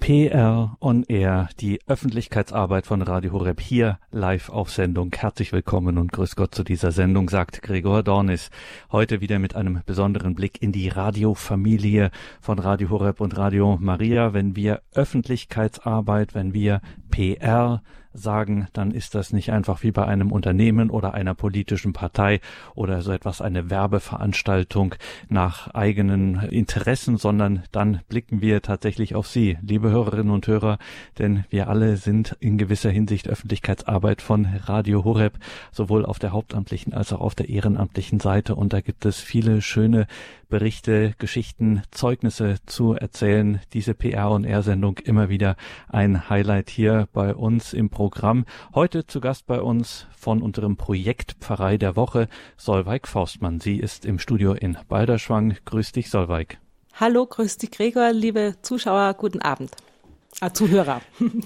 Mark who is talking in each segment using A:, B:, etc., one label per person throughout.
A: PR on Air, die Öffentlichkeitsarbeit von Radio Horeb hier live auf Sendung. Herzlich willkommen und grüß Gott zu dieser Sendung, sagt Gregor Dornis. Heute wieder mit einem besonderen Blick in die Radiofamilie von Radio Horeb und Radio Maria. Wenn wir Öffentlichkeitsarbeit, wenn wir PR sagen, dann ist das nicht einfach wie bei einem Unternehmen oder einer politischen Partei oder so etwas, eine Werbeveranstaltung nach eigenen Interessen, sondern dann blicken wir tatsächlich auf Sie, liebe Hörerinnen und Hörer, denn wir alle sind in gewisser Hinsicht Öffentlichkeitsarbeit von Radio Horeb, sowohl auf der hauptamtlichen als auch auf der ehrenamtlichen Seite, und da gibt es viele schöne Berichte, Geschichten, Zeugnisse zu erzählen. Diese PR-on-Air-Sendung immer wieder ein Highlight hier bei uns im Programm. Heute zu Gast bei uns von unserem Projekt Pfarrei der Woche Solveig Faustmann. Sie ist im Studio in Balderschwang. Grüß dich, Solveig.
B: Hallo, grüß dich, Gregor. Liebe Zuschauer, guten Abend. Zuhörer.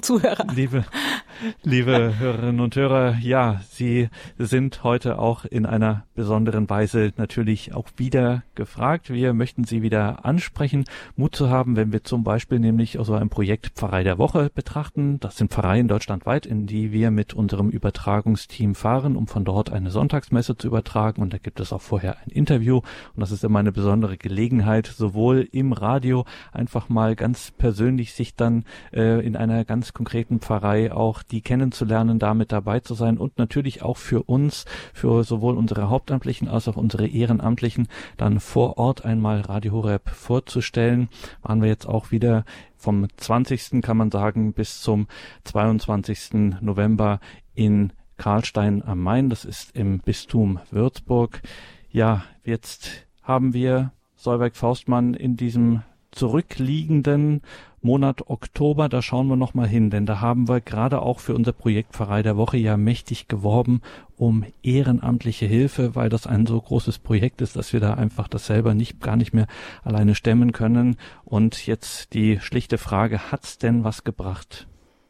B: Liebe Hörerinnen und Hörer, ja, Sie sind heute auch in einer besonderen Weise natürlich auch wieder gefragt. Wir möchten Sie wieder ansprechen, Mut zu haben, wenn wir zum Beispiel nämlich so ein Projekt Pfarrei der Woche betrachten. Das sind Pfarreien deutschlandweit, in die wir mit unserem Übertragungsteam fahren, um von dort eine Sonntagsmesse zu übertragen. Und da gibt es auch vorher ein Interview. Und das ist immer eine besondere Gelegenheit, sowohl im Radio einfach mal ganz persönlich sich dann in einer ganz konkreten Pfarrei auch die kennenzulernen, damit dabei zu sein und natürlich auch für uns, für sowohl unsere Hauptamtlichen als auch unsere Ehrenamtlichen, dann vor Ort einmal Radio Horeb vorzustellen. Waren wir jetzt auch wieder vom 20. kann man sagen bis zum 22. November in Karlstein am Main. Das ist im Bistum Würzburg. Ja, jetzt haben wir Solveig Faustmann in diesem zurückliegenden Monat Oktober, da schauen wir noch mal hin, denn da haben wir gerade auch für unser Projekt Pfarrei der Woche ja mächtig geworben um ehrenamtliche Hilfe, weil das ein so großes Projekt ist, dass wir da einfach das selber gar nicht mehr alleine stemmen können. Und jetzt die schlichte Frage, hat's denn was gebracht?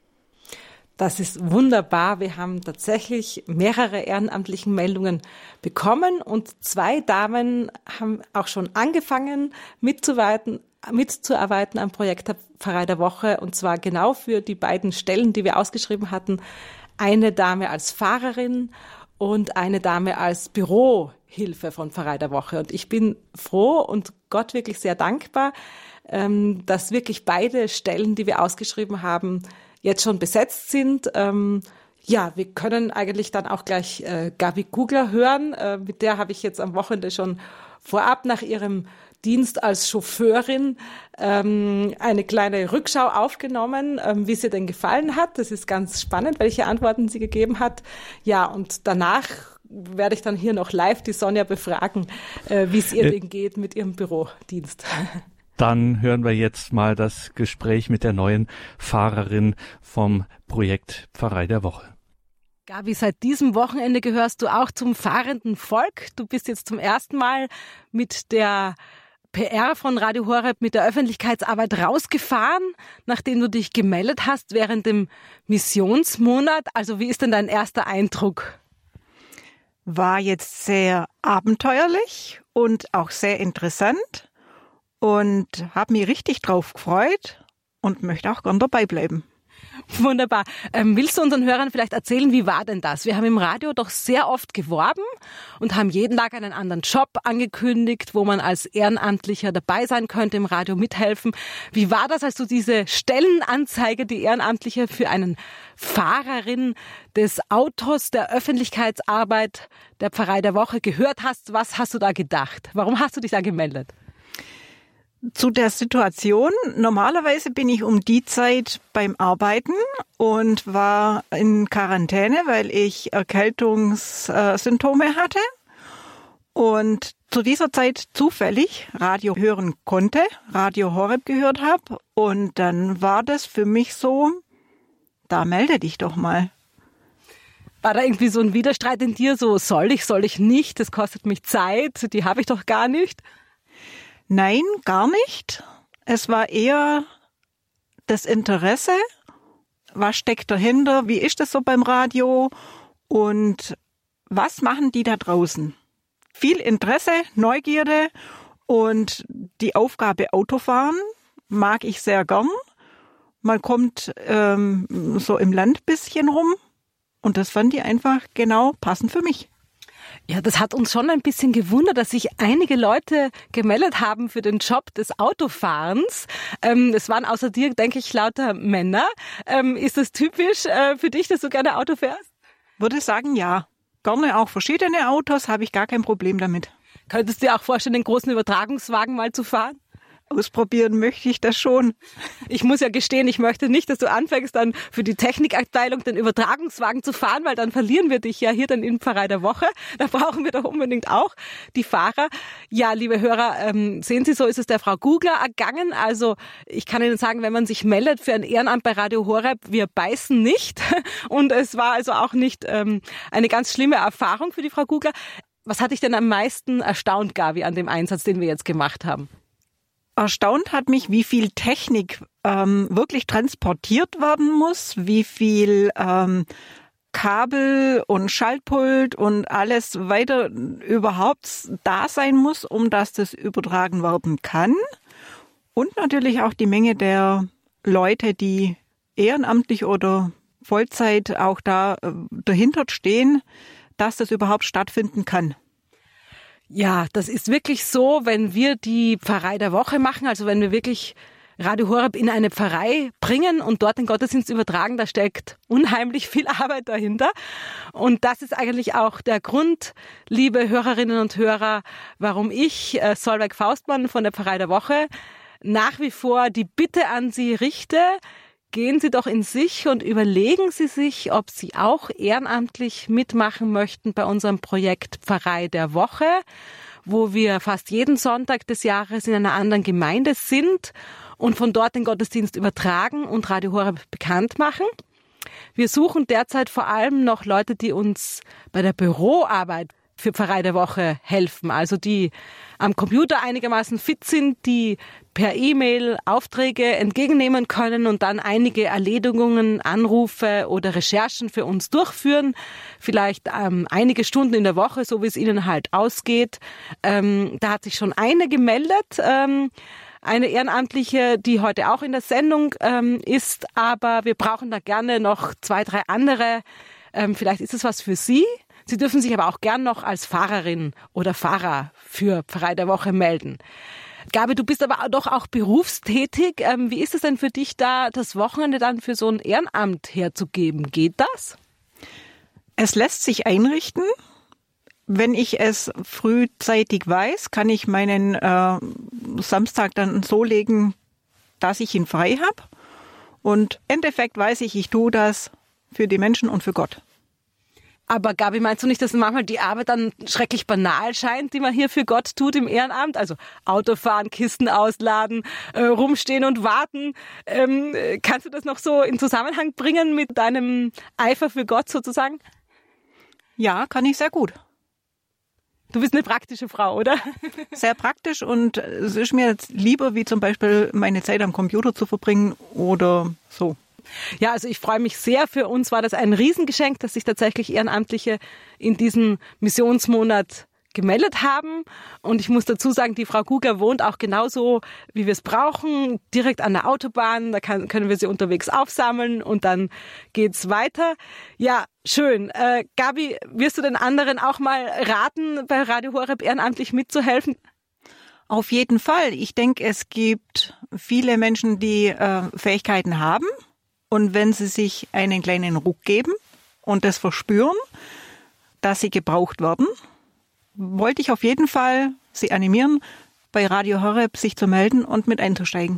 B: Das ist wunderbar. Wir haben tatsächlich mehrere ehrenamtliche Meldungen bekommen und 2 Damen haben auch schon angefangen mitzuarbeiten am Projekt der Pfarrei der Woche, und zwar genau für die beiden Stellen, die wir ausgeschrieben hatten. Eine Dame als Fahrerin und eine Dame als Bürohilfe von Pfarrei der Woche. Und ich bin froh und Gott wirklich sehr dankbar, dass wirklich beide Stellen, die wir ausgeschrieben haben, jetzt schon besetzt sind. Ja, wir können eigentlich dann auch gleich Gabi Kugler hören. Mit der habe ich jetzt am Wochenende schon vorab nach ihrem Dienst als Chauffeurin eine kleine Rückschau aufgenommen, wie es ihr denn gefallen hat. Das ist ganz spannend, welche Antworten sie gegeben hat. Ja, und danach werde ich dann hier noch live die Sonja befragen, wie es ihr denn geht mit ihrem Bürodienst.
A: Dann hören wir jetzt mal das Gespräch mit der neuen Fahrerin vom Projekt Pfarrei der Woche.
B: Gabi, seit diesem Wochenende gehörst du auch zum fahrenden Volk. Du bist jetzt zum ersten Mal mit der PR von Radio Horeb, mit der Öffentlichkeitsarbeit rausgefahren, nachdem du dich gemeldet hast während dem Missionsmonat. Also wie ist denn dein erster Eindruck?
C: War jetzt sehr abenteuerlich und auch sehr interessant und habe mich richtig drauf gefreut und möchte auch gern dabei bleiben.
B: Wunderbar. Willst du unseren Hörern vielleicht erzählen, wie war denn das? Wir haben im Radio doch sehr oft geworben und haben jeden Tag einen anderen Job angekündigt, wo man als Ehrenamtlicher dabei sein könnte, im Radio mithelfen. Wie war das, als du diese Stellenanzeige, die Ehrenamtliche für einen Fahrerin des Autos der Öffentlichkeitsarbeit der Pfarrei der Woche gehört hast? Was hast du da gedacht? Warum hast du dich da gemeldet?
C: Zu der Situation, normalerweise bin ich um die Zeit beim Arbeiten und war in Quarantäne, weil ich Erkältungssymptome hatte und zu dieser Zeit zufällig Radio hören konnte, Radio Horeb gehört habe, und dann war das für mich so, da melde dich doch mal.
B: War da irgendwie so ein Widerstreit in dir, so soll ich nicht, das kostet mich Zeit, die habe ich doch gar nicht?
C: Nein, gar nicht. Es war eher das Interesse, was steckt dahinter, wie ist das so beim Radio und was machen die da draußen? Viel Interesse, Neugierde und die Aufgabe Autofahren mag ich sehr gern. man kommt so im Land bisschen rum und das fand ich einfach genau passend für mich.
D: Ja, das hat uns schon ein bisschen gewundert, dass sich einige Leute gemeldet haben für den Job des Autofahrens. Es waren außer dir, denke ich, lauter Männer. Ist das typisch für dich, dass du gerne Auto fährst?
C: Würde sagen, ja. Gerne auch verschiedene Autos, habe ich gar kein Problem damit.
D: Könntest du dir auch vorstellen, den großen Übertragungswagen mal zu fahren?
C: Ausprobieren möchte ich das schon.
D: Ich muss ja gestehen, ich möchte nicht, dass du anfängst, dann für die Technikabteilung den Übertragungswagen zu fahren, weil dann verlieren wir dich ja hier dann in Pfarrei der Woche. Da brauchen wir doch unbedingt auch die Fahrer. Ja, liebe Hörer, sehen Sie, so ist es der Frau Gugler ergangen. Also ich kann Ihnen sagen, wenn man sich meldet für ein Ehrenamt bei Radio Horeb, wir beißen nicht. Und es war also auch nicht eine ganz schlimme Erfahrung für die Frau Gugler. Was hat dich denn am meisten erstaunt, Gabi, an dem Einsatz, den wir jetzt gemacht haben?
C: Erstaunt hat mich, wie viel Technik wirklich transportiert werden muss, wie viel Kabel und Schaltpult und alles weiter überhaupt da sein muss, um dass das übertragen werden kann. Und natürlich auch die Menge der Leute, die ehrenamtlich oder Vollzeit auch da dahinter stehen, dass das überhaupt stattfinden kann.
D: Ja, das ist wirklich so, wenn wir die Pfarrei der Woche machen, also wenn wir wirklich Radio Horeb in eine Pfarrei bringen und dort den Gottesdienst übertragen, da steckt unheimlich viel Arbeit dahinter. Und das ist eigentlich auch der Grund, liebe Hörerinnen und Hörer, warum ich, Solveig Faustmann von der Pfarrei der Woche, nach wie vor die Bitte an Sie richte, gehen Sie doch in sich und überlegen Sie sich, ob Sie auch ehrenamtlich mitmachen möchten bei unserem Projekt Pfarrei der Woche, wo wir fast jeden Sonntag des Jahres in einer anderen Gemeinde sind und von dort den Gottesdienst übertragen und Radio Horeb bekannt machen. Wir suchen derzeit vor allem noch Leute, die uns bei der Büroarbeit für Pfarrei der Woche helfen, also die am Computer einigermaßen fit sind, die per E-Mail Aufträge entgegennehmen können und dann einige Erledigungen, Anrufe oder Recherchen für uns durchführen. Vielleicht einige Stunden in der Woche, so wie es ihnen halt ausgeht. Da hat sich schon eine gemeldet, eine Ehrenamtliche, die heute auch in der Sendung ist, aber wir brauchen da gerne noch 2, 3 andere. Vielleicht ist es was für Sie. Sie dürfen sich aber auch gern noch als Fahrerin oder Fahrer für Pfarrei der Woche melden. Gabi, du bist aber doch auch berufstätig. Wie ist es denn für dich da, das Wochenende dann für so ein Ehrenamt herzugeben? Geht das?
C: Es lässt sich einrichten. Wenn ich es frühzeitig weiß, kann ich meinen Samstag dann so legen, dass ich ihn frei habe. Und im Endeffekt weiß ich, ich tue das für die Menschen und für Gott.
D: Aber Gabi, meinst du nicht, dass manchmal die Arbeit dann schrecklich banal scheint, die man hier für Gott tut im Ehrenamt? Also Autofahren, Kisten ausladen, rumstehen und warten. Kannst du das noch so in Zusammenhang bringen mit deinem Eifer für Gott sozusagen?
C: Ja, kann ich sehr gut.
D: Du bist eine praktische Frau, oder?
C: Sehr praktisch und es ist mir jetzt lieber, wie zum Beispiel meine Zeit am Computer zu verbringen oder so.
D: Ja, also ich freue mich sehr. Für uns war das ein Riesengeschenk, dass sich tatsächlich Ehrenamtliche in diesem Missionsmonat gemeldet haben. Und ich muss dazu sagen, die Frau Gugler wohnt auch genauso, wie wir es brauchen, direkt an der Autobahn. Da können wir sie unterwegs aufsammeln und dann geht's weiter. Ja, schön. Gabi, wirst du den anderen auch mal raten, bei Radio Horeb ehrenamtlich mitzuhelfen?
C: Auf jeden Fall. Ich denke, es gibt viele Menschen, die Fähigkeiten haben. Und wenn sie sich einen kleinen Ruck geben und das verspüren, dass sie gebraucht werden, wollte ich auf jeden Fall Sie animieren, bei Radio Horeb sich zu melden und mit einzusteigen.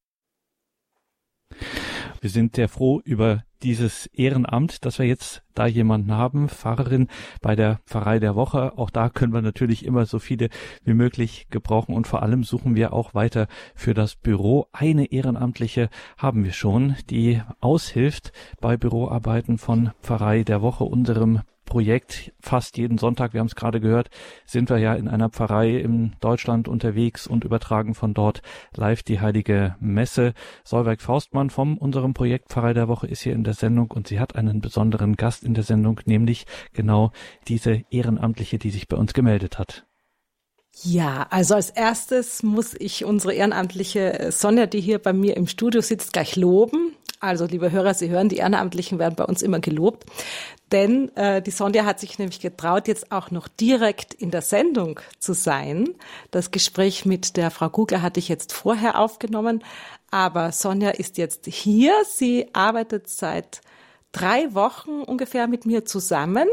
B: Wir sind sehr froh über dieses Ehrenamt, dass wir jetzt da jemanden haben, Pfarrerin bei der Pfarrei der Woche. Auch da können wir natürlich immer so viele wie möglich gebrauchen und vor allem suchen wir auch weiter für das Büro. Eine Ehrenamtliche haben wir schon, die aushilft bei Büroarbeiten von Pfarrei der Woche, unserem Projekt. Fast jeden Sonntag, wir haben es gerade gehört, sind wir ja in einer Pfarrei in Deutschland unterwegs und übertragen von dort live die Heilige Messe. Solveig Faustmann von unserem Projekt Pfarrei der Woche ist hier in der Sendung und sie hat einen besonderen Gast in der Sendung, nämlich genau diese Ehrenamtliche, die sich bei uns gemeldet hat.
D: Ja, also als erstes muss ich unsere ehrenamtliche Sonja, die hier bei mir im Studio sitzt, gleich loben. Also, liebe Hörer, Sie hören, die Ehrenamtlichen werden bei uns immer gelobt. Denn die Sonja hat sich nämlich getraut, jetzt auch noch direkt in der Sendung zu sein. Das Gespräch mit der Frau Gugler hatte ich jetzt vorher aufgenommen. Aber Sonja ist jetzt hier. Sie arbeitet seit 3 Wochen ungefähr mit mir zusammen,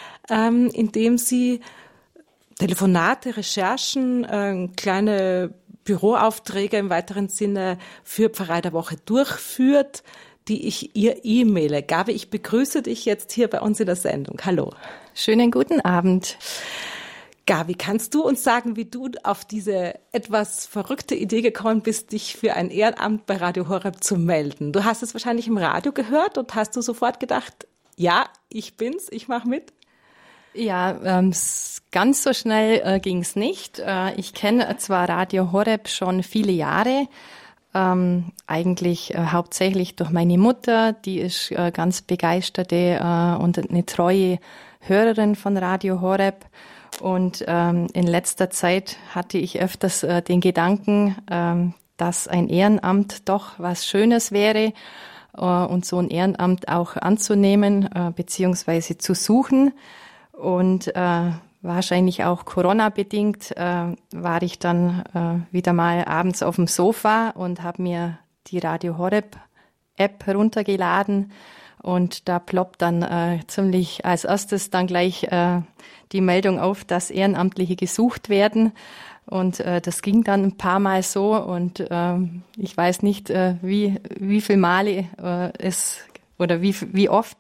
D: indem sie Telefonate, Recherchen, kleine Büroaufträge im weiteren Sinne für Pfarrei der Woche durchführt, die ich ihr e-maile. Gabi, ich begrüße dich jetzt hier bei uns in der Sendung. Hallo.
E: Schönen guten Abend.
D: Gabi, kannst du uns sagen, wie du auf diese etwas verrückte Idee gekommen bist, dich für ein Ehrenamt bei Radio Horeb zu melden? Du hast es wahrscheinlich im Radio gehört und hast du sofort gedacht, ja, ich bin's, ich mache mit?
E: Ja, ganz so schnell ging's nicht. Ich kenne zwar Radio Horeb schon viele Jahre, eigentlich hauptsächlich durch meine Mutter, die ist ganz begeisterte und eine treue Hörerin von Radio Horeb. Und in letzter Zeit hatte ich öfters den Gedanken, dass ein Ehrenamt doch was Schönes wäre und so ein Ehrenamt auch anzunehmen beziehungsweise zu suchen. Und wahrscheinlich auch Corona-bedingt war ich dann wieder mal abends auf dem Sofa und habe mir die Radio Horeb-App heruntergeladen. Und da ploppt dann ziemlich als erstes dann gleich die Meldung auf, dass Ehrenamtliche gesucht werden. Und das ging dann ein paar Mal so. Und ich weiß nicht, wie viele Male es oder wie oft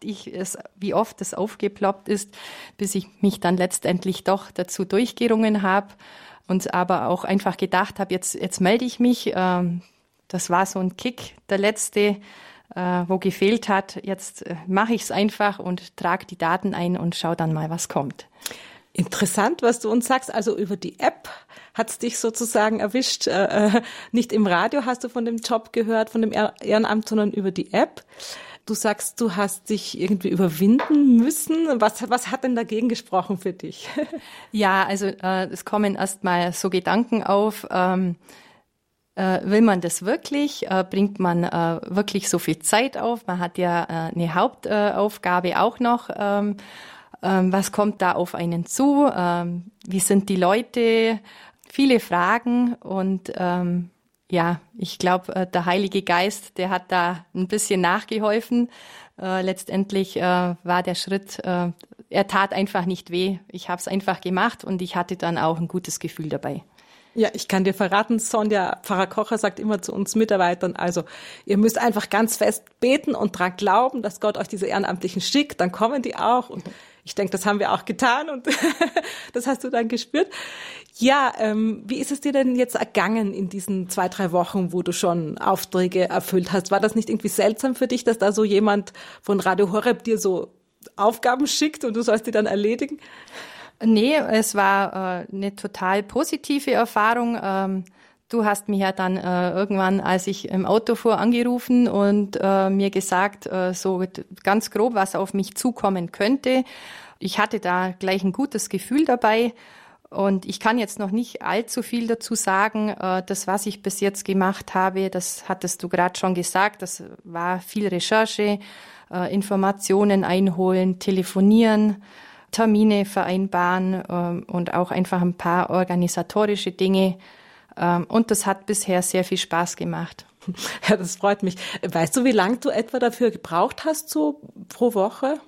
E: es aufgeploppt ist, bis ich mich dann letztendlich doch dazu durchgerungen habe und aber auch einfach gedacht habe, jetzt melde ich mich. Das war so ein Kick, der letzte, wo gefehlt hat. Jetzt mache ich es einfach und trage die Daten ein und schau dann mal, was kommt.
D: Interessant, was du uns sagst. Also über die App hat's dich sozusagen erwischt. Nicht im Radio hast du von dem Job gehört, von dem Ehrenamt, sondern über die App. Du sagst, du hast dich irgendwie überwinden müssen. Was hat denn dagegen gesprochen für dich?
E: Ja, also es kommen erst mal so Gedanken auf. Will man das wirklich? Bringt man wirklich so viel Zeit auf? Man hat ja eine Hauptaufgabe auch noch. Was kommt da auf einen zu? Wie sind die Leute? Viele Fragen und ja, ich glaube, der Heilige Geist, der hat da ein bisschen nachgeholfen. Letztendlich war der Schritt, er tat einfach nicht weh. Ich habe es einfach gemacht und ich hatte dann auch ein gutes Gefühl dabei.
D: Ja, ich kann dir verraten, Sonja, Pfarrer Kocher sagt immer zu uns Mitarbeitern, also ihr müsst einfach ganz fest beten und dran glauben, dass Gott euch diese Ehrenamtlichen schickt, dann kommen die auch. Und ich denke, das haben wir auch getan und das hast du dann gespürt. Ja, wie ist es dir denn jetzt ergangen in diesen 2-3 Wochen, wo du schon Aufträge erfüllt hast? War das nicht irgendwie seltsam für dich, dass da so jemand von Radio Horeb dir so Aufgaben schickt und du sollst die dann erledigen?
E: Nee, es war eine total positive Erfahrung. Du hast mich ja dann irgendwann, als ich im Auto fuhr, angerufen und mir gesagt, so ganz grob, was auf mich zukommen könnte. Ich hatte da gleich ein gutes Gefühl dabei und ich kann jetzt noch nicht allzu viel dazu sagen. Das, was ich bis jetzt gemacht habe, das hattest du gerade schon gesagt, das war viel Recherche, Informationen einholen, telefonieren, Termine vereinbaren und auch einfach ein paar organisatorische Dinge. Und das hat bisher sehr viel Spaß gemacht.
D: Ja, das freut mich. Weißt du, wie lange du etwa dafür gebraucht hast, so pro Woche?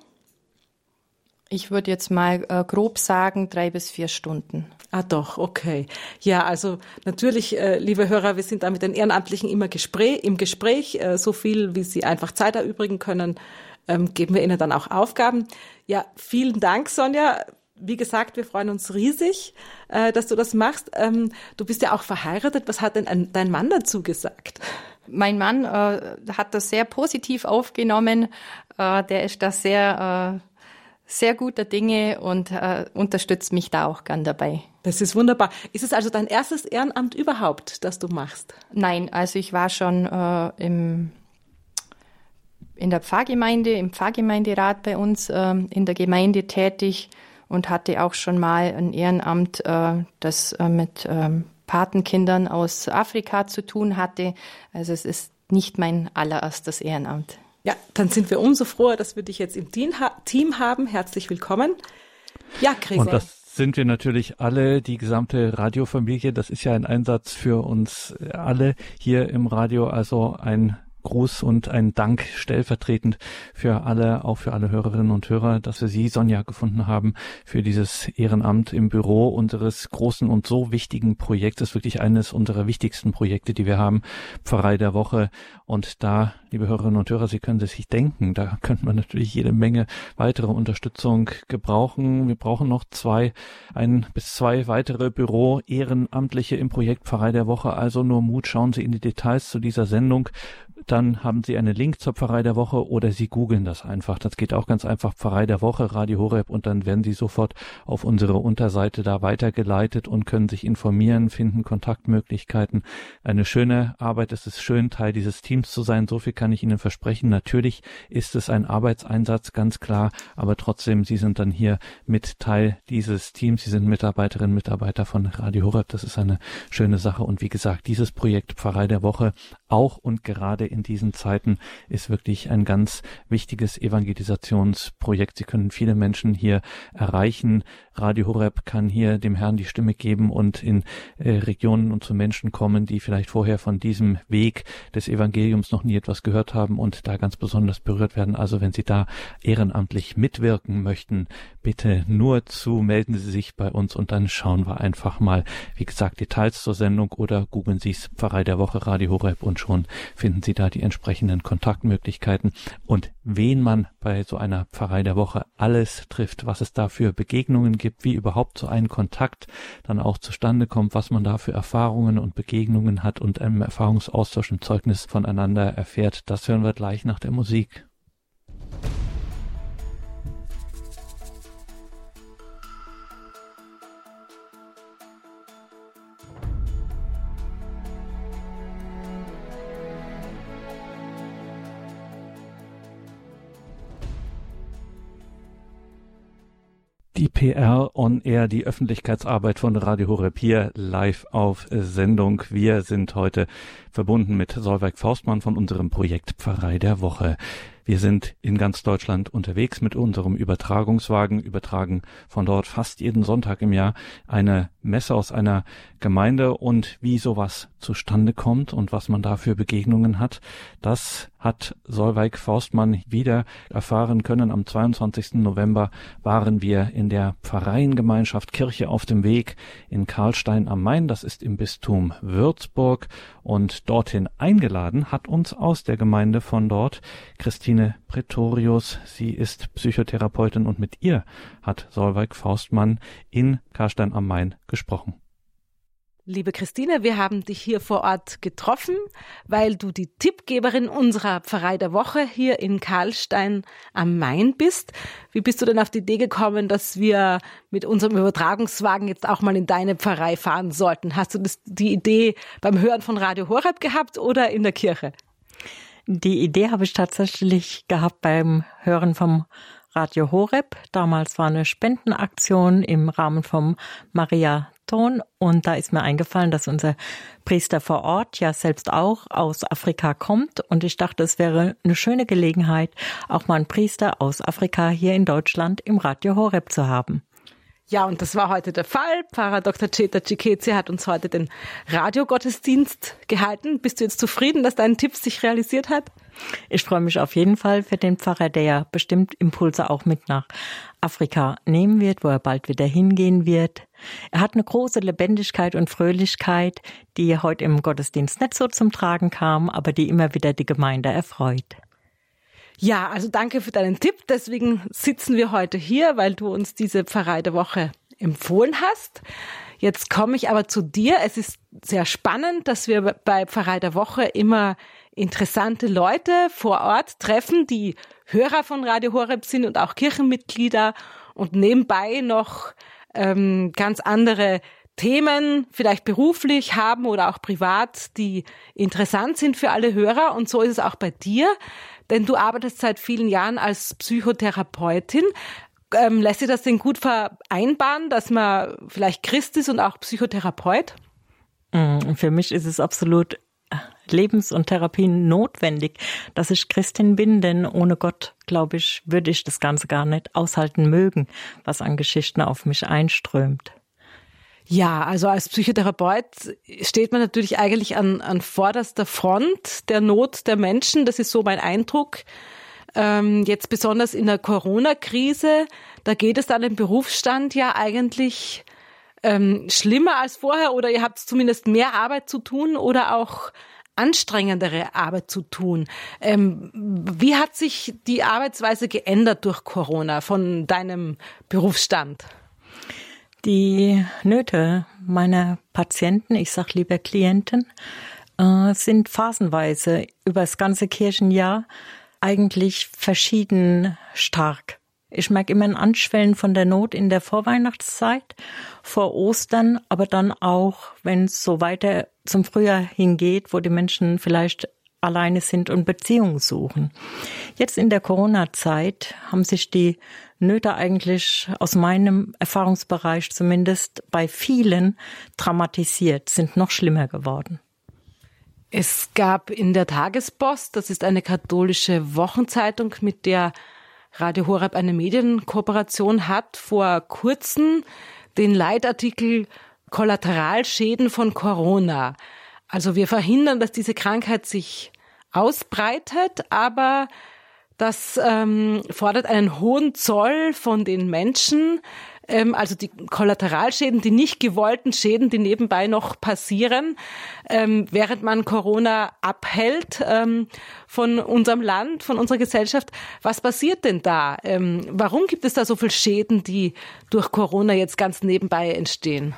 E: Ich würde jetzt mal grob sagen, 3 bis 4 Stunden.
D: Ah doch, okay. Ja, also natürlich, liebe Hörer, wir sind da mit den Ehrenamtlichen immer im Gespräch. So viel, wie sie einfach Zeit erübrigen können, geben wir ihnen dann auch Aufgaben. Ja, vielen Dank, Sonja. Wie gesagt, wir freuen uns riesig, dass du das machst. Du bist ja auch verheiratet. Was hat denn dein Mann dazu gesagt?
E: Mein Mann hat das sehr positiv aufgenommen. Der ist da sehr guter Dinge und unterstützt mich da auch gern dabei.
D: Das ist wunderbar. Ist es also dein erstes Ehrenamt überhaupt, das du machst?
E: Nein, also ich war schon in der Pfarrgemeinde, im Pfarrgemeinderat bei uns in der Gemeinde tätig und hatte auch schon mal ein Ehrenamt, das mit Patenkindern aus Afrika zu tun hatte. Also es ist nicht mein allererstes Ehrenamt.
D: Ja, dann sind wir umso froher, dass wir dich jetzt im Team haben. Herzlich willkommen. Ja, Gregor.
B: Und das sind wir natürlich alle, die gesamte Radiofamilie. Das ist ja ein Einsatz für uns alle hier im Radio. Also ein Gruß und ein Dank stellvertretend für alle, auch für alle Hörerinnen und Hörer, dass wir Sie, Sonja, gefunden haben für dieses Ehrenamt im Büro unseres großen und so wichtigen Projektes, wirklich eines unserer wichtigsten Projekte, die wir haben, Pfarrei der Woche. Und da, liebe Hörerinnen und Hörer, Sie können es sich denken, da könnte man natürlich jede Menge weitere Unterstützung gebrauchen. Wir brauchen noch 1 bis 2 weitere Büro-Ehrenamtliche im Projekt Pfarrei der Woche. Also nur Mut, schauen Sie in die Details zu dieser Sendung. Dann haben Sie einen Link zur Pfarrei der Woche oder Sie googeln das einfach. Das geht auch ganz einfach, Pfarrei der Woche, Radio Horeb, und dann werden Sie sofort auf unsere Unterseite da weitergeleitet und können sich informieren, finden Kontaktmöglichkeiten. Eine schöne Arbeit. Es ist schön, Teil dieses Teams zu sein. So viel kann ich Ihnen versprechen. Natürlich ist es ein Arbeitseinsatz, ganz klar, aber trotzdem, Sie sind dann hier mit Teil dieses Teams. Sie sind Mitarbeiterinnen, Mitarbeiter von Radio Horeb. Das ist eine schöne Sache. Und wie gesagt, dieses Projekt Pfarrei der Woche, auch und gerade in diesen Zeiten, ist wirklich ein ganz wichtiges Evangelisationsprojekt. Sie können viele Menschen hier erreichen. Radio Horeb kann hier dem Herrn die Stimme geben und in Regionen und zu Menschen kommen, die vielleicht vorher von diesem Weg des Evangeliums noch nie etwas gehört haben und da ganz besonders berührt werden. Also wenn Sie da ehrenamtlich mitwirken möchten, bitte nur melden Sie sich bei uns und dann schauen wir einfach mal, wie gesagt, Details zur Sendung oder googeln Sie es, Pfarrei der Woche, Radio Horeb, und schon finden Sie da die entsprechenden Kontaktmöglichkeiten. Und wen man bei so einer Pfarrei der Woche alles trifft, was es da für Begegnungen gibt, wie überhaupt so ein Kontakt dann auch zustande kommt, was man da für Erfahrungen und Begegnungen hat und einem Erfahrungsaustausch im Zeugnis voneinander erfährt, das hören wir gleich nach der Musik. Die PR on Air, die Öffentlichkeitsarbeit von Radio Horeb hier live auf Sendung. Wir sind heute verbunden mit Solveig Faustmann von unserem Projekt Pfarrei der Woche. Wir sind in ganz Deutschland unterwegs mit unserem Übertragungswagen, übertragen von dort fast jeden Sonntag im Jahr eine Messe aus einer Gemeinde, und wie sowas zustande kommt und was man da für Begegnungen hat, das hat Solveig Faustmann wieder erfahren können. Am 22. November waren wir in der Pfarreiengemeinschaft Kirche auf dem Weg in Karlstein am Main, das ist im Bistum Würzburg, und dorthin eingeladen hat uns aus der Gemeinde von dort Christine Pretorius. Sie ist Psychotherapeutin und mit ihr hat Solveig Faustmann in Karlstein am Main gesprochen.
D: Liebe Christine, wir haben dich hier vor Ort getroffen, weil du die Tippgeberin unserer Pfarrei der Woche hier in Karlstein am Main bist. Wie bist du denn auf die Idee gekommen, dass wir mit unserem Übertragungswagen jetzt auch mal in deine Pfarrei fahren sollten? Hast du die Idee beim Hören von Radio Horeb gehabt oder in der Kirche?
C: Die Idee habe ich tatsächlich gehabt beim Hören vom Radio Horeb. Damals war eine Spendenaktion im Rahmen vom Mariathon, und da ist mir eingefallen, dass unser Priester vor Ort ja selbst auch aus Afrika kommt, und ich dachte, es wäre eine schöne Gelegenheit, auch mal einen Priester aus Afrika hier in Deutschland im Radio Horeb zu haben.
D: Ja, und das war heute der Fall. Pfarrer Dr. Ceta Cikece hat uns heute den Radiogottesdienst gehalten. Bist du jetzt zufrieden, dass dein Tipp sich realisiert hat?
C: Ich freue mich auf jeden Fall für den Pfarrer, der ja bestimmt Impulse auch mit nach Afrika nehmen wird, wo er bald wieder hingehen wird. Er hat eine große Lebendigkeit und Fröhlichkeit, die heute im Gottesdienst nicht so zum Tragen kam, aber die immer wieder die Gemeinde erfreut.
D: Ja, also danke für deinen Tipp. Deswegen sitzen wir heute hier, weil du uns diese Pfarrei der Woche empfohlen hast. Jetzt komme ich aber zu dir. Es ist sehr spannend, dass wir bei Pfarrei der Woche immer interessante Leute vor Ort treffen, die Hörer von Radio Horeb sind und auch Kirchenmitglieder und nebenbei noch ganz andere Themen, vielleicht beruflich haben oder auch privat, die interessant sind für alle Hörer. Und so ist es auch bei dir, denn du arbeitest seit vielen Jahren als Psychotherapeutin. Lässt sich das denn gut vereinbaren, dass man vielleicht Christ ist und auch Psychotherapeut?
C: Für mich ist es absolut
F: Lebens- und Therapien notwendig, dass ich Christin bin, denn ohne Gott, glaube ich, würde ich das Ganze gar nicht aushalten mögen, was an Geschichten auf mich einströmt.
D: Ja, also als Psychotherapeut steht man natürlich eigentlich an vorderster Front der Not der Menschen. Das ist so mein Eindruck. Jetzt besonders in der Corona-Krise, da geht es dann im Berufsstand ja eigentlich schlimmer als vorher, oder ihr habt zumindest mehr Arbeit zu tun oder auch anstrengendere Arbeit zu tun. Wie hat sich die Arbeitsweise geändert durch Corona von deinem Berufsstand?
F: Die Nöte meiner Patienten, ich sag lieber Klienten, sind phasenweise über das ganze Kirchenjahr eigentlich verschieden stark. Ich merke immer ein Anschwellen von der Not in der Vorweihnachtszeit, vor Ostern, aber dann auch, wenn es so weiter zum Frühjahr hingeht, wo die Menschen vielleicht alleine sind und Beziehungen suchen. Jetzt in der Corona-Zeit haben sich die Nöte eigentlich aus meinem Erfahrungsbereich zumindest bei vielen dramatisiert, sind noch schlimmer geworden.
D: Es gab in der Tagespost, das ist eine katholische Wochenzeitung, mit der Radio Horeb eine Medienkooperation hat, vor kurzem den Leitartikel Kollateralschäden von Corona. Also wir verhindern, dass diese Krankheit sich ausbreitet, aber das fordert einen hohen Zoll von den Menschen. Also die Kollateralschäden, die nicht gewollten Schäden, die nebenbei noch passieren, während man Corona abhält von unserem Land, von unserer Gesellschaft. Was passiert denn da? Warum gibt es da so viele Schäden, die durch Corona jetzt ganz nebenbei entstehen?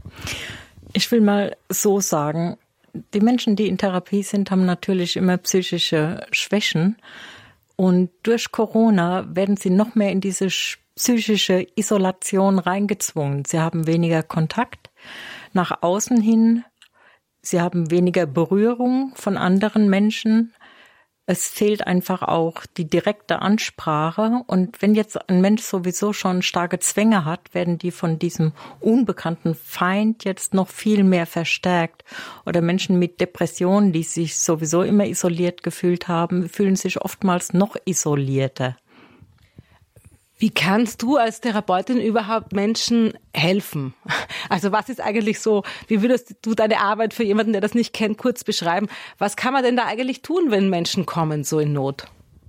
F: Ich will mal so sagen, die Menschen, die in Therapie sind, haben natürlich immer psychische Schwächen. Und durch Corona werden sie noch mehr in diese psychische Isolation reingezwungen. Sie haben weniger Kontakt nach außen hin. Sie haben weniger Berührung von anderen Menschen. Es fehlt einfach auch die direkte Ansprache. Und wenn jetzt ein Mensch sowieso schon starke Zwänge hat, werden die von diesem unbekannten Feind jetzt noch viel mehr verstärkt. Oder Menschen mit Depressionen, die sich sowieso immer isoliert gefühlt haben, fühlen sich oftmals noch isolierter.
D: Wie kannst du als Therapeutin überhaupt Menschen helfen? Also was ist eigentlich so, wie würdest du deine Arbeit für jemanden, der das nicht kennt, kurz beschreiben? Was kann man denn da eigentlich tun, wenn Menschen kommen, so in Not?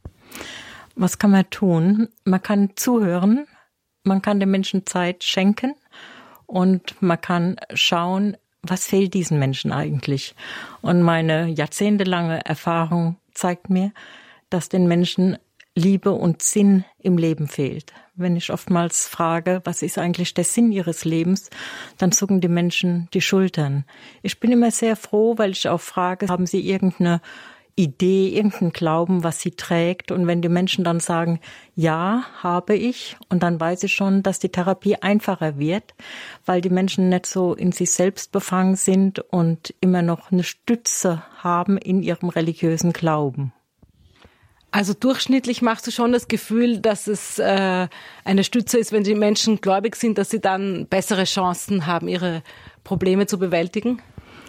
F: Was kann man tun? Man kann zuhören, man kann den Menschen Zeit schenken und man kann schauen, was fehlt diesen Menschen eigentlich? Und meine jahrzehntelange Erfahrung zeigt mir, dass den Menschen Liebe und Sinn im Leben fehlt. Wenn ich oftmals frage, was ist eigentlich der Sinn ihres Lebens, dann zucken die Menschen die Schultern. Ich bin immer sehr froh, weil ich auch frage, haben sie irgendeine Idee, irgendeinen Glauben, was sie trägt? Und wenn die Menschen dann sagen, ja, habe ich, und dann weiß ich schon, dass die Therapie einfacher wird, weil die Menschen nicht so in sich selbst befangen sind und immer noch eine Stütze haben in ihrem religiösen Glauben.
D: Also durchschnittlich machst du schon das Gefühl, dass es eine Stütze ist, wenn die Menschen gläubig sind, dass sie dann bessere Chancen haben, ihre Probleme zu bewältigen?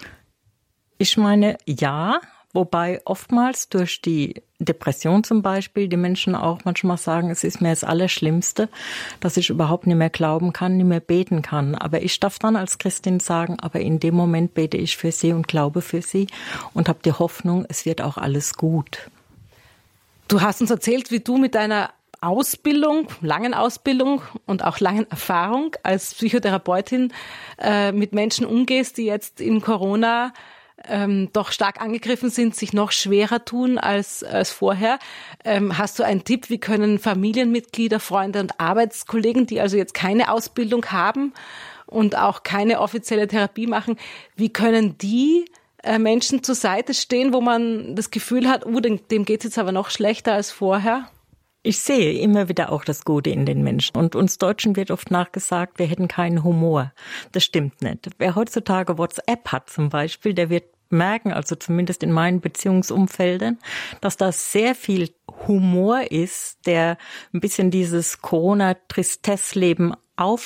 F: Ich meine, ja, wobei oftmals durch die Depression zum Beispiel die Menschen auch manchmal sagen, es ist mir das Allerschlimmste, dass ich überhaupt nicht mehr glauben kann, nicht mehr beten kann. Aber ich darf dann als Christin sagen, aber in dem Moment bete ich für sie und glaube für sie und habe die Hoffnung, es wird auch alles gut.
D: Du hast uns erzählt, wie du mit deiner Ausbildung, langen Ausbildung und auch langen Erfahrung als Psychotherapeutin mit Menschen umgehst, die jetzt in Corona doch stark angegriffen sind, sich noch schwerer tun als vorher. Hast du einen Tipp, wie können Familienmitglieder, Freunde und Arbeitskollegen, die also jetzt keine Ausbildung haben und auch keine offizielle Therapie machen, wie können die Menschen zur Seite stehen, wo man das Gefühl hat, dem geht's jetzt aber noch schlechter als vorher?
F: Ich sehe immer wieder auch das Gute in den Menschen. Und uns Deutschen wird oft nachgesagt, wir hätten keinen Humor. Das stimmt nicht. Wer heutzutage WhatsApp hat zum Beispiel, der wird merken, also zumindest in meinen Beziehungsumfeldern, dass da sehr viel Humor ist, der ein bisschen dieses Corona-Tristesse-Leben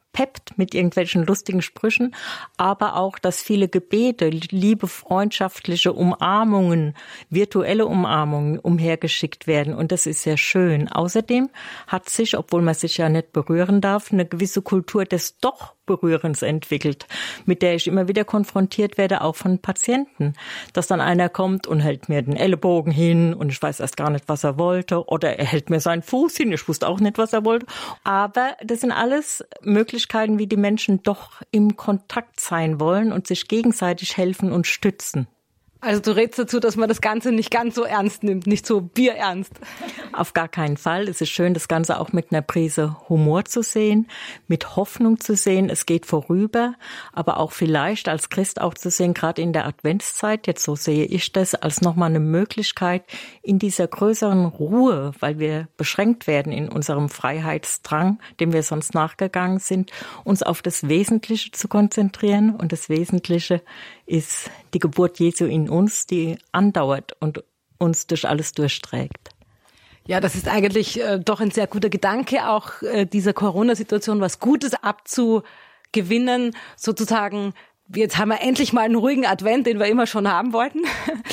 F: peppt mit irgendwelchen lustigen Sprüchen, aber auch, dass viele Gebete, liebe freundschaftliche Umarmungen, virtuelle Umarmungen umhergeschickt werden. Und das ist sehr schön. Außerdem hat sich, obwohl man sich ja nicht berühren darf, eine gewisse Kultur des doch Berührens entwickelt, mit der ich immer wieder konfrontiert werde, auch von Patienten. Dass dann einer kommt und hält mir den Ellenbogen hin und ich weiß erst gar nicht, was er wollte. Oder er hält mir seinen Fuß hin, ich wusste auch nicht, was er wollte. Aber das sind alles Möglichkeiten, wie die Menschen doch im Kontakt sein wollen und sich gegenseitig helfen und stützen.
D: Also du rätst dazu, dass man das Ganze nicht ganz so ernst nimmt, nicht so bierernst.
F: Auf gar keinen Fall. Es ist schön, das Ganze auch mit einer Prise Humor zu sehen, mit Hoffnung zu sehen. Es geht vorüber, aber auch vielleicht als Christ auch zu sehen, gerade in der Adventszeit, jetzt so sehe ich das, als nochmal eine Möglichkeit in dieser größeren Ruhe, weil wir beschränkt werden in unserem Freiheitsdrang, dem wir sonst nachgegangen sind, uns auf das Wesentliche zu konzentrieren. Und das Wesentliche ist die Geburt Jesu in uns, die andauert und uns durch alles durchträgt.
D: Ja, das ist eigentlich doch ein sehr guter Gedanke, auch dieser Corona-Situation was Gutes abzugewinnen, sozusagen. Jetzt haben wir endlich mal einen ruhigen Advent, den wir immer schon haben wollten.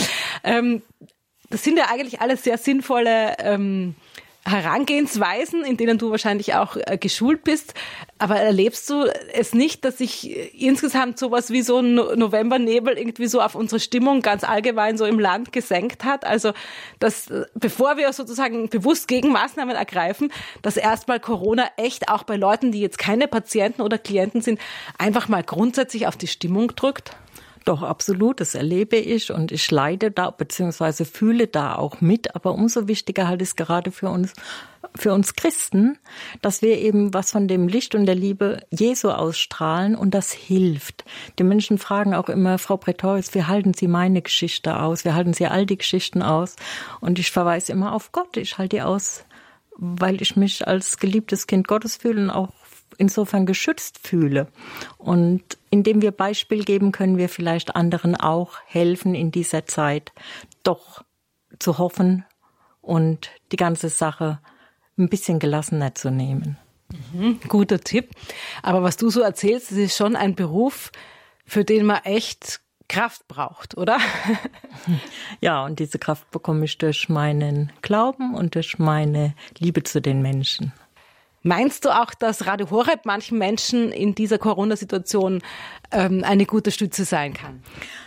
D: Das sind ja eigentlich alles sehr sinnvolle Herangehensweisen, in denen du wahrscheinlich auch geschult bist. Aber erlebst du es nicht, dass sich insgesamt sowas wie so ein Novembernebel irgendwie so auf unsere Stimmung ganz allgemein so im Land gesenkt hat? Also, dass bevor wir sozusagen bewusst Gegenmaßnahmen ergreifen, dass erstmal Corona echt auch bei Leuten, die jetzt keine Patienten oder Klienten sind, einfach mal grundsätzlich auf die Stimmung drückt?
F: Doch, absolut, das erlebe ich und ich leide da beziehungsweise fühle da auch mit. Aber umso wichtiger halt ist gerade für uns Christen, dass wir eben was von dem Licht und der Liebe Jesu ausstrahlen und das hilft. Die Menschen fragen auch immer, Frau Pretorius, wie halten Sie meine Geschichte aus? Wie halten Sie all die Geschichten aus? Und ich verweise immer auf Gott. Ich halte die aus, weil ich mich als geliebtes Kind Gottes fühle und auch insofern geschützt fühle. Und indem wir Beispiel geben, können wir vielleicht anderen auch helfen, in dieser Zeit doch zu hoffen und die ganze Sache ein bisschen gelassener zu nehmen.
D: Guter Tipp. Aber was du so erzählst, das ist schon ein Beruf, für den man echt Kraft braucht, oder?
F: Ja, und diese Kraft bekomme ich durch meinen Glauben und durch meine Liebe zu den Menschen.
D: Meinst du auch, dass Radio Horeb manchen Menschen in dieser Corona-Situation eine gute Stütze sein kann?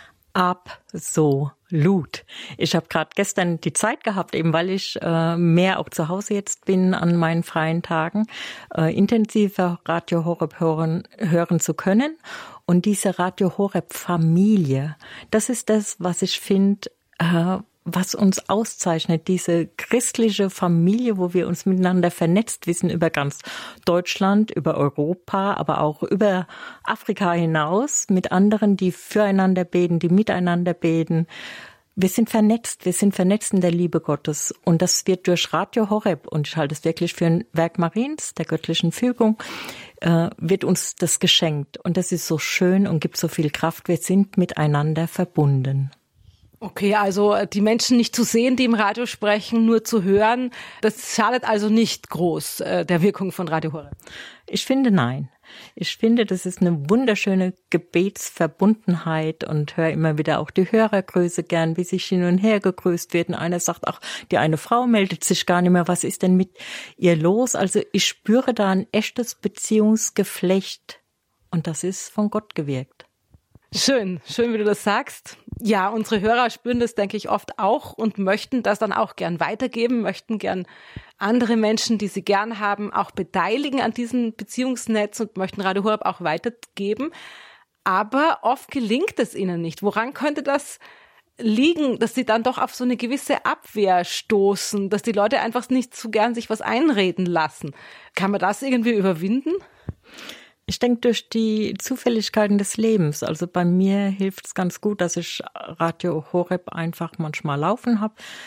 F: Absolut. Ich habe gerade gestern die Zeit gehabt, eben weil ich mehr auch zu Hause jetzt bin an meinen freien Tagen, intensiver Radio Horeb hören zu können. Und diese Radio Horeb Familie, das ist das, was ich finde, was uns auszeichnet, diese christliche Familie, wo wir uns miteinander vernetzt wissen über ganz Deutschland, über Europa, aber auch über Afrika hinaus mit anderen, die füreinander beten, die miteinander beten. Wir sind vernetzt in der Liebe Gottes und das wird durch Radio Horeb, und ich halte es wirklich für ein Werk Mariens, der göttlichen Fügung, wird uns das geschenkt und das ist so schön und gibt so viel Kraft. Wir sind miteinander verbunden.
D: Okay, also die Menschen nicht zu sehen, die im Radio sprechen, nur zu hören, das schadet also nicht groß der Wirkung von Radio Horeb?
F: Ich finde, nein. Ich finde, das ist eine wunderschöne Gebetsverbundenheit und höre immer wieder auch die Hörergrüße gern, wie sich hin und her gegrüßt wird. Und einer sagt, ach, die eine Frau meldet sich gar nicht mehr, was ist denn mit ihr los? Also ich spüre da ein echtes Beziehungsgeflecht und das ist von Gott gewirkt.
D: Schön, wie du das sagst. Ja, unsere Hörer spüren das, denke ich, oft auch und möchten das dann auch gern weitergeben, möchten gern andere Menschen, die sie gern haben, auch beteiligen an diesem Beziehungsnetz und möchten Radio Horeb auch weitergeben. Aber oft gelingt es ihnen nicht. Woran könnte das liegen, dass sie dann doch auf so eine gewisse Abwehr stoßen, dass die Leute einfach nicht so gern sich was einreden lassen? Kann man das irgendwie überwinden?
F: Ich denke, durch die Zufälligkeiten des Lebens. Also bei mir hilft es ganz gut, dass ich Radio Horeb einfach manchmal laufen habe.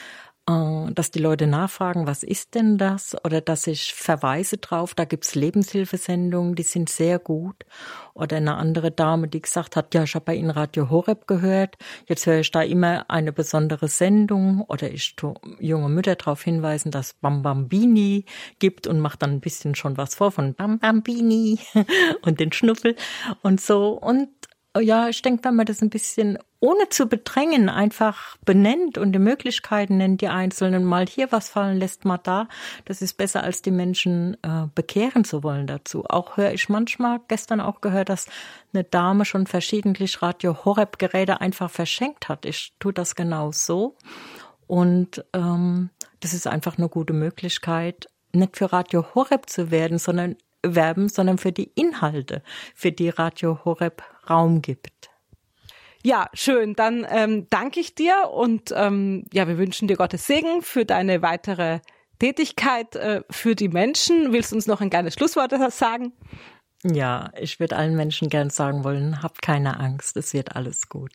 F: dass die Leute nachfragen, was ist denn das? Oder dass ich verweise drauf, da gibt's Lebenshilfesendungen, die sind sehr gut. Oder eine andere Dame, die gesagt hat, ja, ich habe bei Ihnen Radio Horeb gehört, jetzt höre ich da immer eine besondere Sendung. Oder ich tue junge Mütter darauf hinweisen, dass es Bambambini gibt und mache dann ein bisschen schon was vor von Bambambini und den Schnuffel und so. Und ja, ich denke, wenn man das ein bisschen ohne zu bedrängen einfach benennt und die Möglichkeiten nennt, die Einzelnen, mal hier was fallen lässt, mal da, das ist besser, als die Menschen bekehren zu wollen dazu. Auch höre ich manchmal, gestern auch gehört, dass eine Dame schon verschiedentlich Radio Horeb Geräte einfach verschenkt hat. Ich tue das genau so. Und das ist einfach eine gute Möglichkeit, nicht für Radio Horeb zu werben, sondern für die Inhalte, für die Radio Horeb Raum gibt.
D: Ja, schön. Dann danke ich dir und wir wünschen dir Gottes Segen für deine weitere Tätigkeit für die Menschen. Willst du uns noch ein kleines Schlusswort sagen?
F: Ja, ich würde allen Menschen gern sagen wollen, habt keine Angst, es wird alles gut.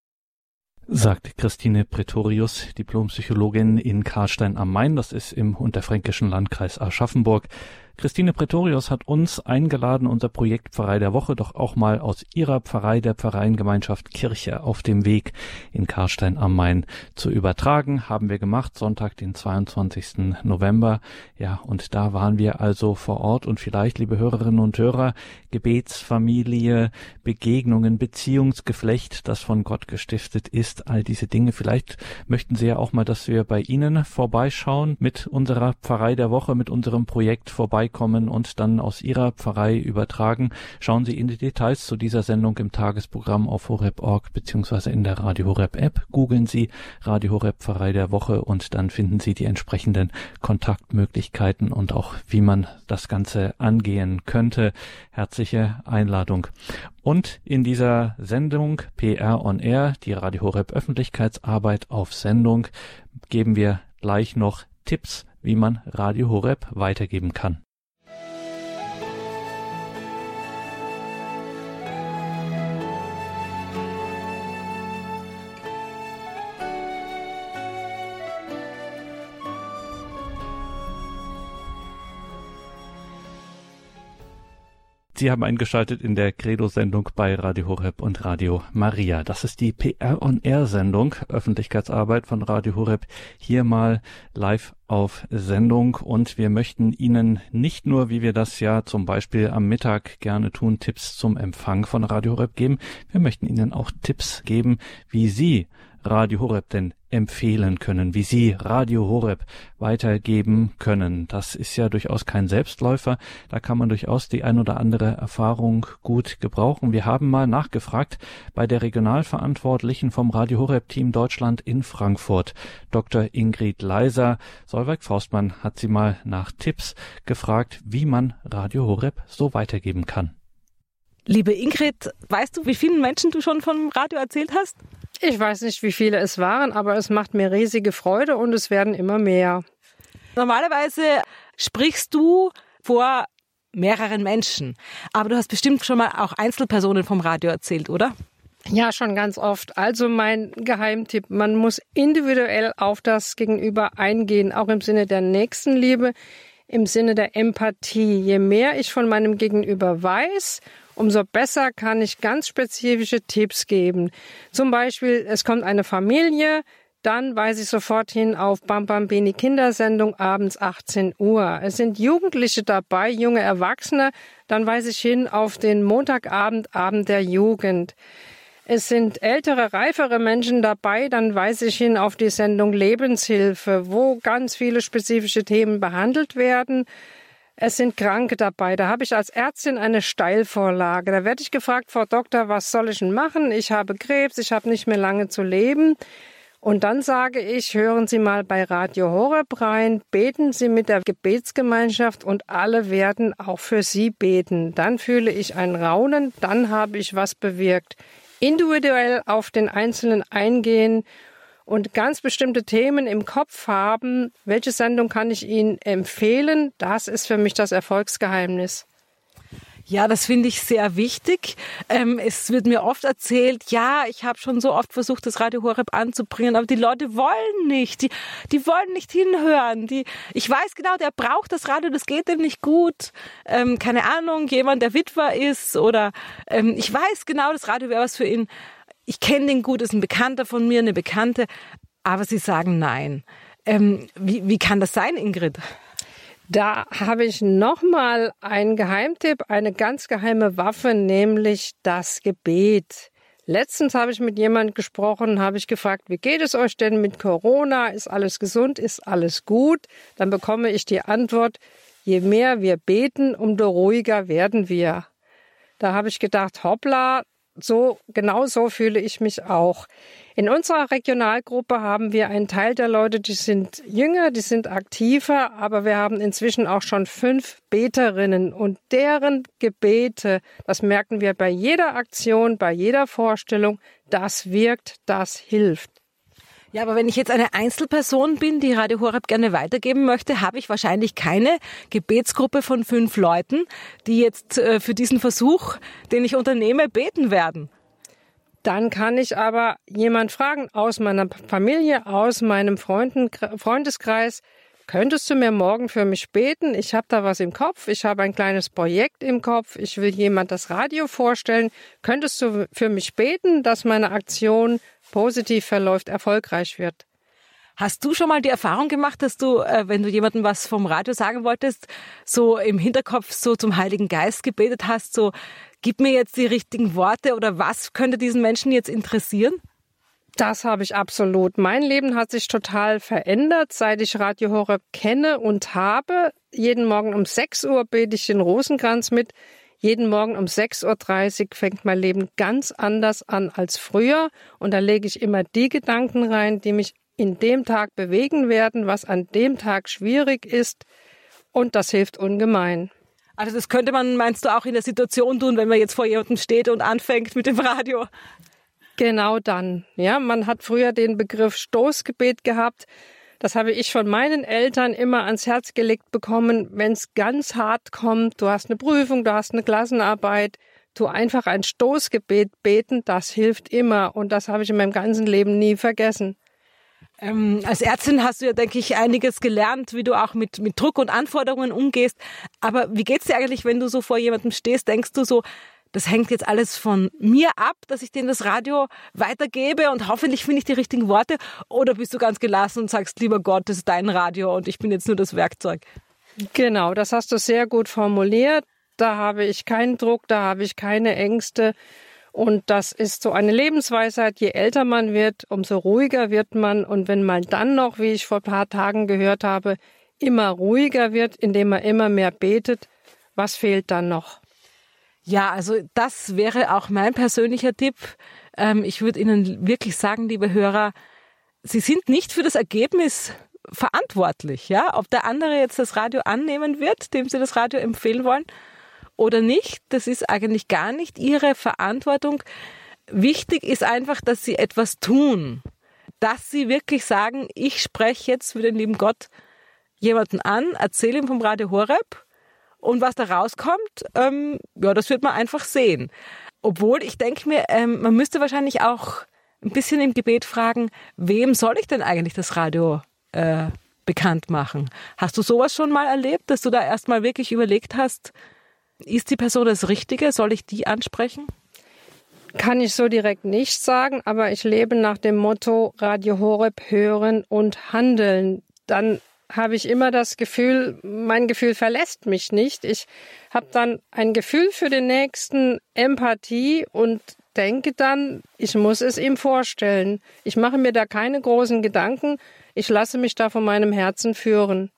B: Sagt Christine Pretorius, Diplompsychologin in Karlstein am Main, das ist im unterfränkischen Landkreis Aschaffenburg. Christine Pretorius hat uns eingeladen, unser Projekt Pfarrei der Woche doch auch mal aus ihrer Pfarrei, der Pfarreiengemeinschaft Kirche auf dem Weg in Karlstein am Main zu übertragen. Haben wir gemacht, Sonntag, den 22. November. Ja, und da waren wir also vor Ort und vielleicht, liebe Hörerinnen und Hörer, Gebetsfamilie, Begegnungen, Beziehungsgeflecht, das von Gott gestiftet ist, all diese Dinge. Vielleicht möchten Sie ja auch mal, dass wir bei Ihnen vorbeischauen, mit unserer Pfarrei der Woche, mit unserem Projekt vorbeikommen und dann aus Ihrer Pfarrei übertragen. Schauen Sie in die Details zu dieser Sendung im Tagesprogramm auf horeb.org bzw. in der Radio Horeb App. Googeln Sie Radio Horeb Pfarrei der Woche und dann finden Sie die entsprechenden Kontaktmöglichkeiten und auch, wie man das Ganze angehen könnte. Herzliche Einladung. Und in dieser Sendung PR on Air, die Radio Horeb Öffentlichkeitsarbeit auf Sendung, geben wir gleich noch Tipps, wie man Radio Horeb weitergeben kann. Sie haben eingeschaltet in der Credo-Sendung bei Radio Horeb und Radio Maria. Das ist die PR-on-Air-Sendung, Öffentlichkeitsarbeit von Radio Horeb, hier mal live auf Sendung. Und wir möchten Ihnen nicht nur, wie wir das ja zum Beispiel am Mittag gerne tun, Tipps zum Empfang von Radio Horeb geben, wir möchten Ihnen auch Tipps geben, wie Sie Radio Horeb denn empfehlen können, wie Sie Radio Horeb weitergeben können. Das ist ja durchaus kein Selbstläufer. Da kann man durchaus die ein oder andere Erfahrung gut gebrauchen. Wir haben mal nachgefragt bei der Regionalverantwortlichen vom Radio Horeb Team Deutschland in Frankfurt, Dr. Ingrid Leiser. Solveig Faustmann hat sie mal nach Tipps gefragt, wie man Radio Horeb so weitergeben kann.
D: Liebe Ingrid, weißt du, wie vielen Menschen du schon vom Radio erzählt hast?
G: Ich weiß nicht, wie viele es waren, aber es macht mir riesige Freude und es werden immer mehr.
D: Normalerweise sprichst du vor mehreren Menschen, aber du hast bestimmt schon mal auch Einzelpersonen vom Radio erzählt, oder?
G: Ja, schon ganz oft. Also mein Geheimtipp, man muss individuell auf das Gegenüber eingehen, auch im Sinne der Nächstenliebe, im Sinne der Empathie. Je mehr ich von meinem Gegenüber weiß, umso besser kann ich ganz spezifische Tipps geben. Zum Beispiel, es kommt eine Familie, dann weise ich sofort hin auf Bambambini Kindersendung abends 18 Uhr. Es sind Jugendliche dabei, junge Erwachsene, dann weise ich hin auf den Montagabend, Abend der Jugend. Es sind ältere, reifere Menschen dabei, dann weise ich hin auf die Sendung Lebenshilfe, wo ganz viele spezifische Themen behandelt werden. Es sind Kranke dabei. Da habe ich als Ärztin eine Steilvorlage. Da werde ich gefragt, Frau Doktor, was soll ich denn machen? Ich habe Krebs, ich habe nicht mehr lange zu leben. Und dann sage ich, hören Sie mal bei Radio Horeb rein, beten Sie mit der Gebetsgemeinschaft und alle werden auch für Sie beten. Dann fühle ich ein Raunen, dann habe ich was bewirkt. Individuell auf den Einzelnen eingehen und ganz bestimmte Themen im Kopf haben, welche Sendung kann ich Ihnen empfehlen? Das ist für mich das Erfolgsgeheimnis.
D: Ja, das finde ich sehr wichtig. Es wird mir oft erzählt, ja, ich habe schon so oft versucht, das Radio Horeb anzubringen, aber die Leute wollen nicht. Die wollen nicht hinhören. Ich weiß genau, der braucht das Radio, das geht ihm nicht gut. Keine Ahnung, jemand, der Witwer ist oder ich weiß genau, das Radio wäre was für ihn. Ich kenne den gut, ist ein Bekannter von mir, eine Bekannte, aber sie sagen nein. Wie kann das sein, Ingrid?
G: Da habe ich nochmal einen Geheimtipp, eine ganz geheime Waffe, nämlich das Gebet. Letztens habe ich mit jemandem gesprochen, habe ich gefragt, wie geht es euch denn mit Corona? Ist alles gesund? Ist alles gut? Dann bekomme ich die Antwort, je mehr wir beten, umso ruhiger werden wir. Da habe ich gedacht, hoppla, genau so fühle ich mich auch. In unserer Regionalgruppe haben wir einen Teil der Leute, die sind jünger, die sind aktiver, aber wir haben inzwischen auch schon 5 Beterinnen und deren Gebete, das merken wir bei jeder Aktion, bei jeder Vorstellung, das wirkt, das hilft.
D: Ja, aber wenn ich jetzt eine Einzelperson bin, die Radio Horeb gerne weitergeben möchte, habe ich wahrscheinlich keine Gebetsgruppe von 5 Leuten, die jetzt für diesen Versuch, den ich unternehme, beten werden.
G: Dann kann ich aber jemand fragen aus meiner Familie, aus meinem Freundeskreis, könntest du mir morgen für mich beten? Ich habe da was im Kopf, ich habe ein kleines Projekt im Kopf, ich will jemand das Radio vorstellen. Könntest du für mich beten, dass meine Aktion positiv verläuft, erfolgreich wird?
D: Hast du schon mal die Erfahrung gemacht, dass du, wenn du jemandem was vom Radio sagen wolltest, so im Hinterkopf so zum Heiligen Geist gebetet hast, so gib mir jetzt die richtigen Worte oder was könnte diesen Menschen jetzt interessieren?
G: Das habe ich absolut. Mein Leben hat sich total verändert, seit ich Radio Horeb kenne und habe. Jeden Morgen um 6 Uhr bete ich den Rosenkranz mit. Jeden Morgen um 6.30 Uhr fängt mein Leben ganz anders an als früher. Und da lege ich immer die Gedanken rein, die mich in dem Tag bewegen werden, was an dem Tag schwierig ist. Und das hilft ungemein.
D: Also das könnte man, meinst du, auch in der Situation tun, wenn man jetzt vor jemandem steht und anfängt mit dem Radio?
G: Genau dann. Ja, man hat früher den Begriff Stoßgebet gehabt. Das habe ich von meinen Eltern immer ans Herz gelegt bekommen. Wenn es ganz hart kommt, du hast eine Prüfung, du hast eine Klassenarbeit, tu einfach ein Stoßgebet beten, das hilft immer. Und das habe ich in meinem ganzen Leben nie vergessen.
D: Als Ärztin hast du ja, denke ich, einiges gelernt, wie du auch mit Druck und Anforderungen umgehst. Aber wie geht's dir eigentlich, wenn du so vor jemandem stehst? Denkst du so, das hängt jetzt alles von mir ab, dass ich denen das Radio weitergebe und hoffentlich finde ich die richtigen Worte? Oder bist du ganz gelassen und sagst, lieber Gott, das ist dein Radio und ich bin jetzt nur das Werkzeug?
G: Genau, das hast du sehr gut formuliert. Da habe ich keinen Druck, da habe ich keine Ängste. Und das ist so eine Lebensweisheit. Je älter man wird, umso ruhiger wird man. Und wenn man dann noch, wie ich vor ein paar Tagen gehört habe, immer ruhiger wird, indem man immer mehr betet, was fehlt dann noch?
D: Ja, also das wäre auch mein persönlicher Tipp. Ich würde Ihnen wirklich sagen, liebe Hörer, Sie sind nicht für das Ergebnis verantwortlich. Ja, ob der andere jetzt das Radio annehmen wird, dem Sie das Radio empfehlen wollen, oder nicht, das ist eigentlich gar nicht Ihre Verantwortung. Wichtig ist einfach, dass Sie etwas tun. Dass Sie wirklich sagen, ich spreche jetzt für den lieben Gott jemanden an, erzähle ihm vom Radio Horeb und was da rauskommt, ja, das wird man einfach sehen. Obwohl, ich denke mir, man müsste wahrscheinlich auch ein bisschen im Gebet fragen, wem soll ich denn eigentlich das Radio bekannt machen? Hast du sowas schon mal erlebt, dass du da erstmal wirklich überlegt hast, ist die Person das Richtige? Soll ich die ansprechen?
G: Kann ich so direkt nicht sagen, aber ich lebe nach dem Motto Radio Horeb hören und handeln. Dann habe ich immer das Gefühl, mein Gefühl verlässt mich nicht. Ich habe dann ein Gefühl für den Nächsten, Empathie und denke dann, ich muss es ihm vorstellen. Ich mache mir da keine großen Gedanken. Ich lasse mich da von meinem Herzen führen.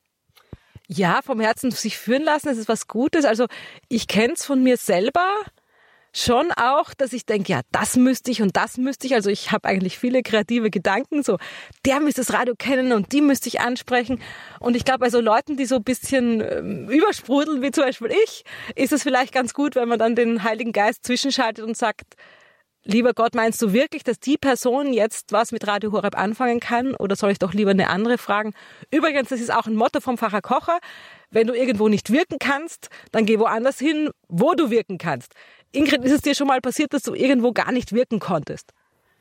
D: Ja, vom Herzen sich führen lassen, das ist was Gutes. Also ich kenne es von mir selber schon auch, dass ich denke, ja, das müsste ich und das müsste ich. Also ich habe eigentlich viele kreative Gedanken, so der müsste das Radio kennen und die müsste ich ansprechen. Und ich glaube, bei so Leuten, die so ein bisschen übersprudeln, wie zum Beispiel ich, ist es vielleicht ganz gut, wenn man dann den Heiligen Geist zwischenschaltet und sagt, lieber Gott, meinst du wirklich, dass die Person jetzt was mit Radio Horeb anfangen kann? Oder soll ich doch lieber eine andere fragen? Übrigens, das ist auch ein Motto vom Pfarrer Kocher. Wenn du irgendwo nicht wirken kannst, dann geh woanders hin, wo du wirken kannst. Ingrid, ist es dir schon mal passiert, dass du irgendwo gar nicht wirken konntest?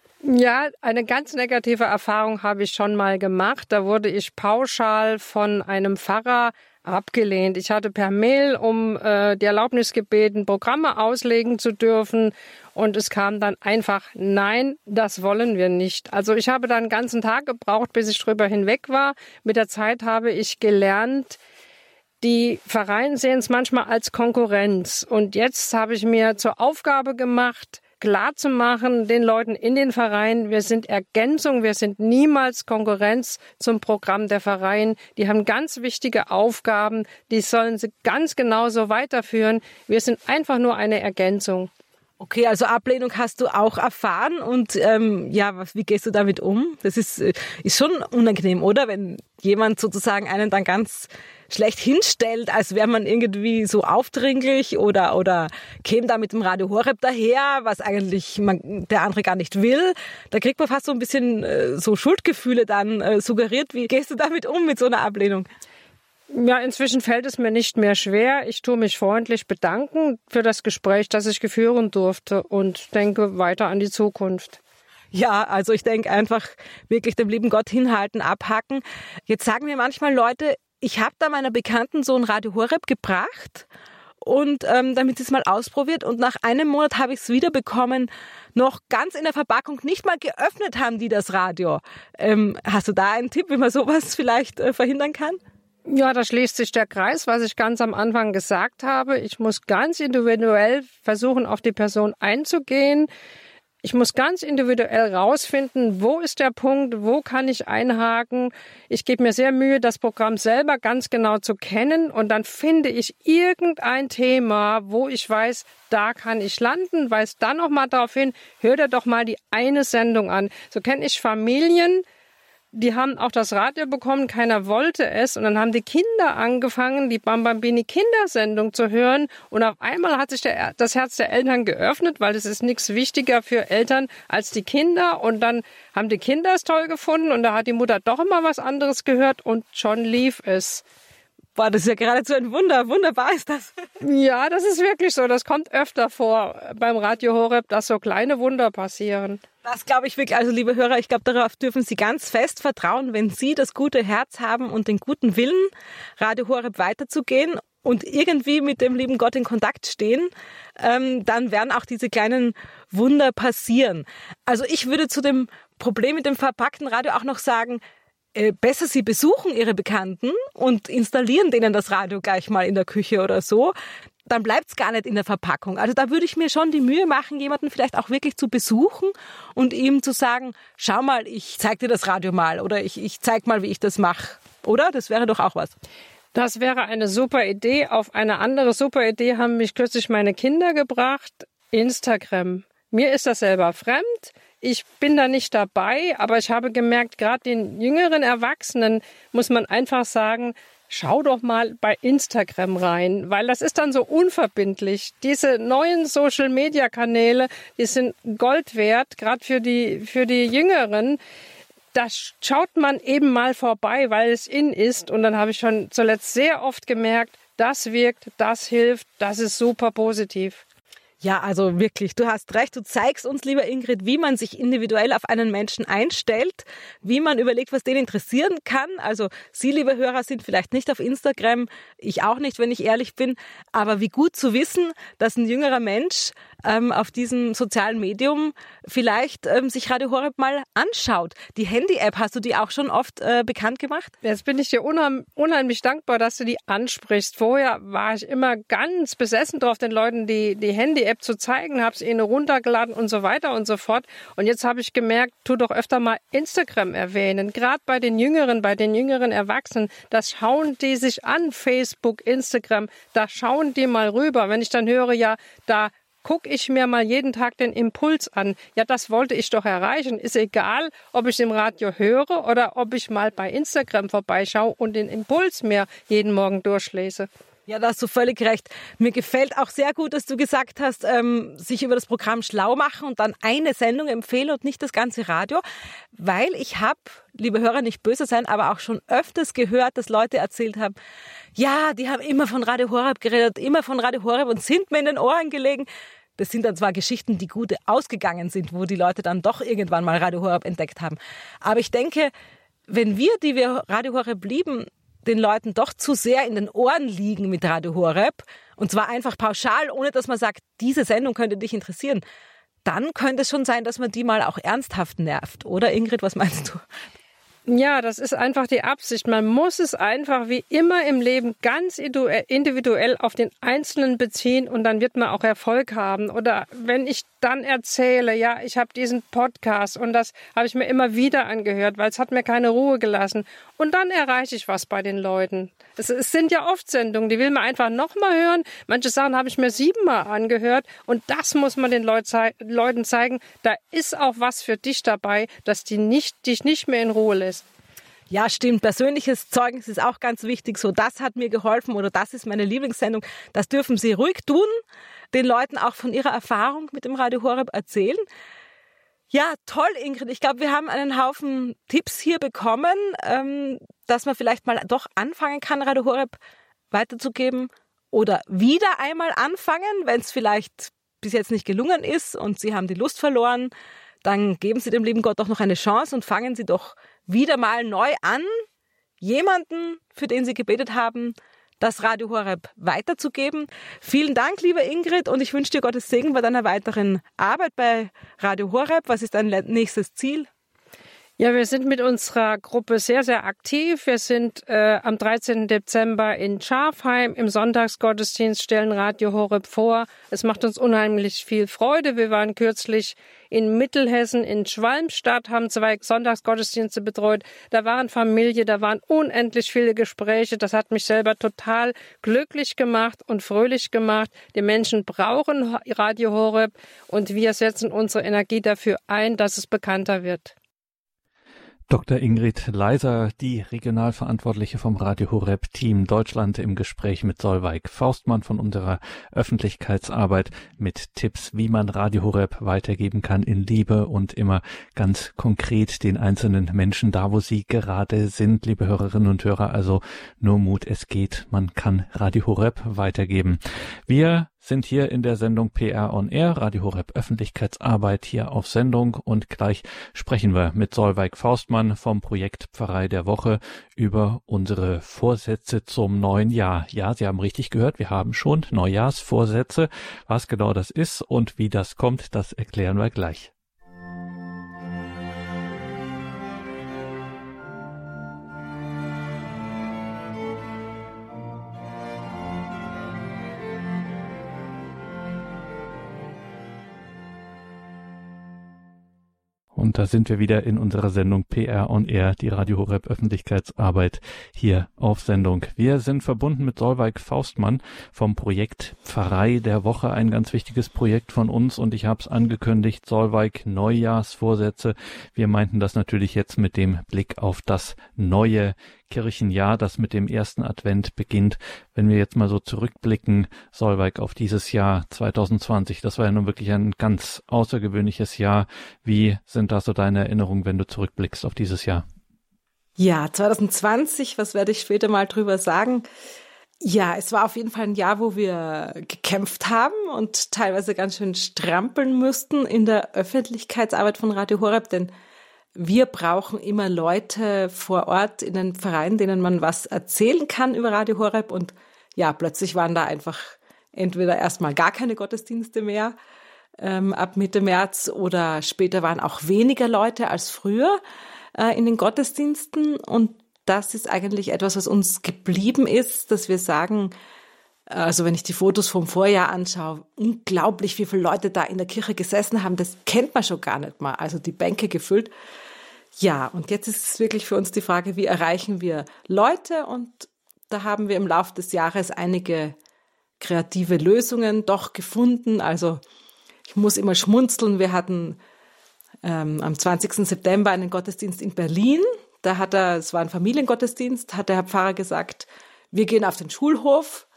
G: Ja, eine ganz negative Erfahrung habe ich schon mal gemacht. Da wurde ich pauschal von einem Pfarrer abgelehnt. Ich hatte per Mail um die Erlaubnis gebeten, Programme auslegen zu dürfen. Und es kam dann einfach, nein, das wollen wir nicht. Also ich habe dann einen ganzen Tag gebraucht, bis ich drüber hinweg war. Mit der Zeit habe ich gelernt, die Vereine sehen es manchmal als Konkurrenz. Und jetzt habe ich mir zur Aufgabe gemacht, klar zu machen, den Leuten in den Vereinen, wir sind Ergänzung, wir sind niemals Konkurrenz zum Programm der Vereine. Die haben ganz wichtige Aufgaben, die sollen sie ganz genauso weiterführen. Wir sind einfach nur eine Ergänzung.
D: Okay, also Ablehnung hast du auch erfahren und wie gehst du damit um? Das ist schon unangenehm, oder? Wenn jemand sozusagen einen dann ganz schlecht hinstellt, als wäre man irgendwie so aufdringlich oder käme da mit dem Radio Horeb daher, was eigentlich der andere gar nicht will. Da kriegt man fast so ein bisschen so Schuldgefühle dann suggeriert. Wie gehst du damit um mit so einer Ablehnung?
G: Ja, inzwischen fällt es mir nicht mehr schwer. Ich tue mich freundlich bedanken für das Gespräch, das ich führen durfte und denke weiter an die Zukunft.
D: Ja, also ich denke einfach wirklich dem lieben Gott hinhalten, abhaken. Jetzt sagen mir manchmal Leute, ich habe da meiner Bekannten so ein Radio Horeb gebracht und damit sie es mal ausprobiert und nach einem Monat habe ich es wiederbekommen, noch ganz in der Verpackung, nicht mal geöffnet haben die das Radio. Hast du da einen Tipp, wie man sowas vielleicht verhindern kann?
G: Ja, da schließt sich der Kreis, was ich ganz am Anfang gesagt habe. Ich muss ganz individuell versuchen, auf die Person einzugehen. Ich muss ganz individuell rausfinden, wo ist der Punkt, wo kann ich einhaken. Ich gebe mir sehr Mühe, das Programm selber ganz genau zu kennen und dann finde ich irgendein Thema, wo ich weiß, da kann ich landen, weise dann noch mal darauf hin, hör dir doch mal die eine Sendung an. So kenne ich Familien, die haben auch das Radio bekommen, keiner wollte es. Und dann haben die Kinder angefangen, die Bambambini Kindersendung zu hören. Und auf einmal hat sich das Herz der Eltern geöffnet, weil es ist nichts wichtiger für Eltern als die Kinder. Und dann haben die Kinder es toll gefunden und da hat die Mutter doch immer was anderes gehört und schon lief es.
D: Boah, das ist ja geradezu ein Wunder. Wunderbar ist das.
G: Ja, das ist wirklich so. Das kommt öfter vor beim Radio Horeb, dass so kleine Wunder passieren.
D: Das glaube ich wirklich. Also, liebe Hörer, ich glaube, darauf dürfen Sie ganz fest vertrauen, wenn Sie das gute Herz haben und den guten Willen, Radio Horeb weiterzugehen und irgendwie mit dem lieben Gott in Kontakt stehen, dann werden auch diese kleinen Wunder passieren. Also, ich würde zu dem Problem mit dem verpackten Radio auch noch sagen, besser Sie besuchen Ihre Bekannten und installieren denen das Radio gleich mal in der Küche oder so. Dann bleibt's gar nicht in der Verpackung. Also da würde ich mir schon die Mühe machen, jemanden vielleicht auch wirklich zu besuchen und ihm zu sagen, schau mal, ich zeig dir das Radio mal oder ich zeig mal, wie ich das mache. Oder? Das wäre doch auch was.
G: Das wäre eine super Idee. Auf eine andere super Idee haben mich kürzlich meine Kinder gebracht. Instagram. Mir ist das selber fremd. Ich bin da nicht dabei, aber ich habe gemerkt, gerade den jüngeren Erwachsenen muss man einfach sagen, schau doch mal bei Instagram rein, weil das ist dann so unverbindlich. Diese neuen Social-Media-Kanäle, die sind Gold wert, gerade für die Jüngeren. Da schaut man eben mal vorbei, weil es in ist. Und dann habe ich schon zuletzt sehr oft gemerkt, das wirkt, das hilft, das ist super positiv.
D: Ja, also wirklich, du hast recht. Du zeigst uns, lieber Ingrid, wie man sich individuell auf einen Menschen einstellt, wie man überlegt, was den interessieren kann. Also Sie, liebe Hörer, sind vielleicht nicht auf Instagram, ich auch nicht, wenn ich ehrlich bin. Aber wie gut zu wissen, dass ein jüngerer Mensch auf diesem sozialen Medium vielleicht sich Radio Horeb mal anschaut. Die Handy-App, hast du die auch schon oft bekannt gemacht?
G: Jetzt bin ich dir unheimlich dankbar, dass du die ansprichst. Vorher war ich immer ganz besessen drauf, den Leuten die Handy-App zu zeigen, habe sie ihnen runtergeladen und so weiter und so fort. Und jetzt habe ich gemerkt, tu doch öfter mal Instagram erwähnen. Gerade bei den jüngeren Erwachsenen, das schauen die sich an, Facebook, Instagram, da schauen die mal rüber. Wenn ich dann höre, ja, da gucke ich mir mal jeden Tag den Impuls an. Ja, das wollte ich doch erreichen. Ist egal, ob ich im Radio höre oder ob ich mal bei Instagram vorbeischaue und den Impuls mir jeden Morgen durchlese.
D: Ja, da hast du völlig recht. Mir gefällt auch sehr gut, dass du gesagt hast, sich über das Programm schlau machen und dann eine Sendung empfehlen und nicht das ganze Radio, weil ich habe, liebe Hörer, nicht böse sein, aber auch schon öfters gehört, dass Leute erzählt haben, ja, die haben immer von Radio Horeb geredet, immer von Radio Horeb und sind mir in den Ohren gelegen. Das sind dann zwar Geschichten, die gut ausgegangen sind, wo die Leute dann doch irgendwann mal Radio Horeb entdeckt haben. Aber ich denke, wenn wir, die wir Radio Horeb lieben, den Leuten doch zu sehr in den Ohren liegen mit Radio Horeb, und zwar einfach pauschal, ohne dass man sagt, diese Sendung könnte dich interessieren, dann könnte es schon sein, dass man die mal auch ernsthaft nervt. Oder Ingrid, was meinst du?
G: Ja, das ist einfach die Absicht. Man muss es einfach wie immer im Leben ganz individuell auf den Einzelnen beziehen und dann wird man auch Erfolg haben. Oder wenn ich dann erzähle, ja, ich habe diesen Podcast und das habe ich mir immer wieder angehört, weil es hat mir keine Ruhe gelassen. Und dann erreiche ich was bei den Leuten. Es sind ja oft Sendungen, die will man einfach nochmal hören. Manche Sachen habe ich mir 7-mal angehört und das muss man den Leuten zeigen. Da ist auch was für dich dabei, dass dich nicht mehr in Ruhe lässt.
D: Ja, stimmt. Persönliches Zeugnis ist auch ganz wichtig. So, das hat mir geholfen oder das ist meine Lieblingssendung. Das dürfen Sie ruhig tun. Den Leuten auch von ihrer Erfahrung mit dem Radio Horeb erzählen. Ja, toll, Ingrid. Ich glaube, wir haben einen Haufen Tipps hier bekommen, dass man vielleicht mal doch anfangen kann, Radio Horeb weiterzugeben oder wieder einmal anfangen, wenn es vielleicht bis jetzt nicht gelungen ist und Sie haben die Lust verloren. Dann geben Sie dem lieben Gott doch noch eine Chance und fangen Sie doch wieder mal neu an, jemanden, für den Sie gebetet haben, das Radio Horeb weiterzugeben. Vielen Dank, liebe Ingrid, und ich wünsche dir Gottes Segen bei deiner weiteren Arbeit bei Radio Horeb. Was ist dein nächstes Ziel?
G: Ja, wir sind mit unserer Gruppe sehr, sehr aktiv. Wir sind am 13. Dezember in Schafheim. Im Sonntagsgottesdienst stellen Radio Horeb vor. Es macht uns unheimlich viel Freude. Wir waren kürzlich in Mittelhessen, in Schwalmstadt, haben 2 Sonntagsgottesdienste betreut. Da waren Familie, da waren unendlich viele Gespräche. Das hat mich selber total glücklich gemacht und fröhlich gemacht. Die Menschen brauchen Radio Horeb und wir setzen unsere Energie dafür ein, dass es bekannter wird.
B: Dr. Ingrid Leiser, die Regionalverantwortliche vom Radio Horeb Team Deutschland im Gespräch mit Solveig Faustmann von unserer Öffentlichkeitsarbeit mit Tipps, wie man Radio Horeb weitergeben kann in Liebe und immer ganz konkret den einzelnen Menschen da, wo sie gerade sind. Liebe Hörerinnen und Hörer, also nur Mut, es geht, man kann Radio Horeb weitergeben. Wir sind hier in der Sendung PR on Air, Radio Horeb Öffentlichkeitsarbeit hier auf Sendung und gleich sprechen wir mit Solveig Faustmann vom Projekt Pfarrei der Woche über unsere Vorsätze zum neuen Jahr. Ja, Sie haben richtig gehört, wir haben schon Neujahrsvorsätze. Was genau das ist und wie das kommt, das erklären wir gleich. Und da sind wir wieder in unserer Sendung PR on Air, die Radio Horeb Öffentlichkeitsarbeit hier auf Sendung. Wir sind verbunden mit Solveig Faustmann vom Projekt Pfarrei der Woche, ein ganz wichtiges Projekt von uns und ich habe es angekündigt, Solveig, Neujahrsvorsätze. Wir meinten das natürlich jetzt mit dem Blick auf das neue Kirchenjahr, das mit dem ersten Advent beginnt. Wenn wir jetzt mal so zurückblicken, Solveig, auf dieses Jahr 2020, das war ja nun wirklich ein ganz außergewöhnliches Jahr. Wie sind da so deine Erinnerungen, wenn du zurückblickst auf dieses Jahr?
C: Ja, 2020, was werde ich später mal drüber sagen? Ja, es war auf jeden Fall ein Jahr, wo wir gekämpft haben und teilweise ganz schön strampeln mussten in der Öffentlichkeitsarbeit von Radio Horeb, denn wir brauchen immer Leute vor Ort in den Vereinen, denen man was erzählen kann über Radio Horeb. Und ja, plötzlich waren da einfach entweder erstmal gar keine Gottesdienste mehr ab Mitte März oder später waren auch weniger Leute als früher in den Gottesdiensten. Und das ist eigentlich etwas, was uns geblieben ist, dass wir sagen, also wenn ich die Fotos vom Vorjahr anschaue, unglaublich, wie viele Leute da in der Kirche gesessen haben, das kennt man schon gar nicht mal, also die Bänke gefüllt. Ja, und jetzt ist es wirklich für uns die Frage, wie erreichen wir Leute? Und da haben wir im Laufe des Jahres einige kreative Lösungen doch gefunden. Also ich muss immer schmunzeln, wir hatten am 20. September einen Gottesdienst in Berlin. Es war ein Familiengottesdienst, hat der Herr Pfarrer gesagt, wir gehen auf den Schulhof.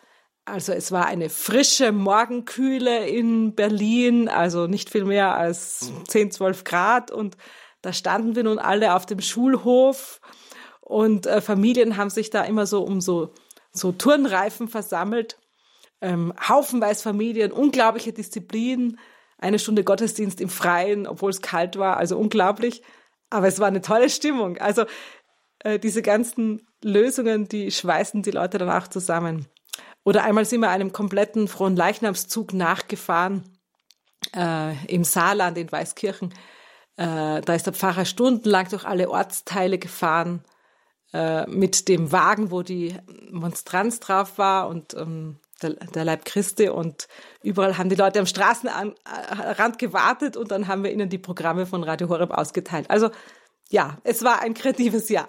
D: Also es war eine frische Morgenkühle in Berlin, also nicht viel mehr als 10, 12 Grad. Und da standen wir nun alle auf dem Schulhof und Familien haben sich da immer so um so Turnreifen versammelt. Haufenweise Familien, unglaubliche Disziplin, 1 Stunde Gottesdienst im Freien, obwohl es kalt war, also unglaublich. Aber es war eine tolle Stimmung. Also diese ganzen Lösungen, die schweißen die Leute dann auch zusammen. Oder einmal sind wir einem kompletten Fronleichnamszug nachgefahren im Saarland in Weißkirchen. Da ist der Pfarrer stundenlang durch alle Ortsteile gefahren mit dem Wagen, wo die Monstranz drauf war und der Leib Christi. Und überall haben die Leute am Straßenrand gewartet und dann haben wir ihnen die Programme von Radio Horeb ausgeteilt. Also ja, es war ein kreatives Jahr.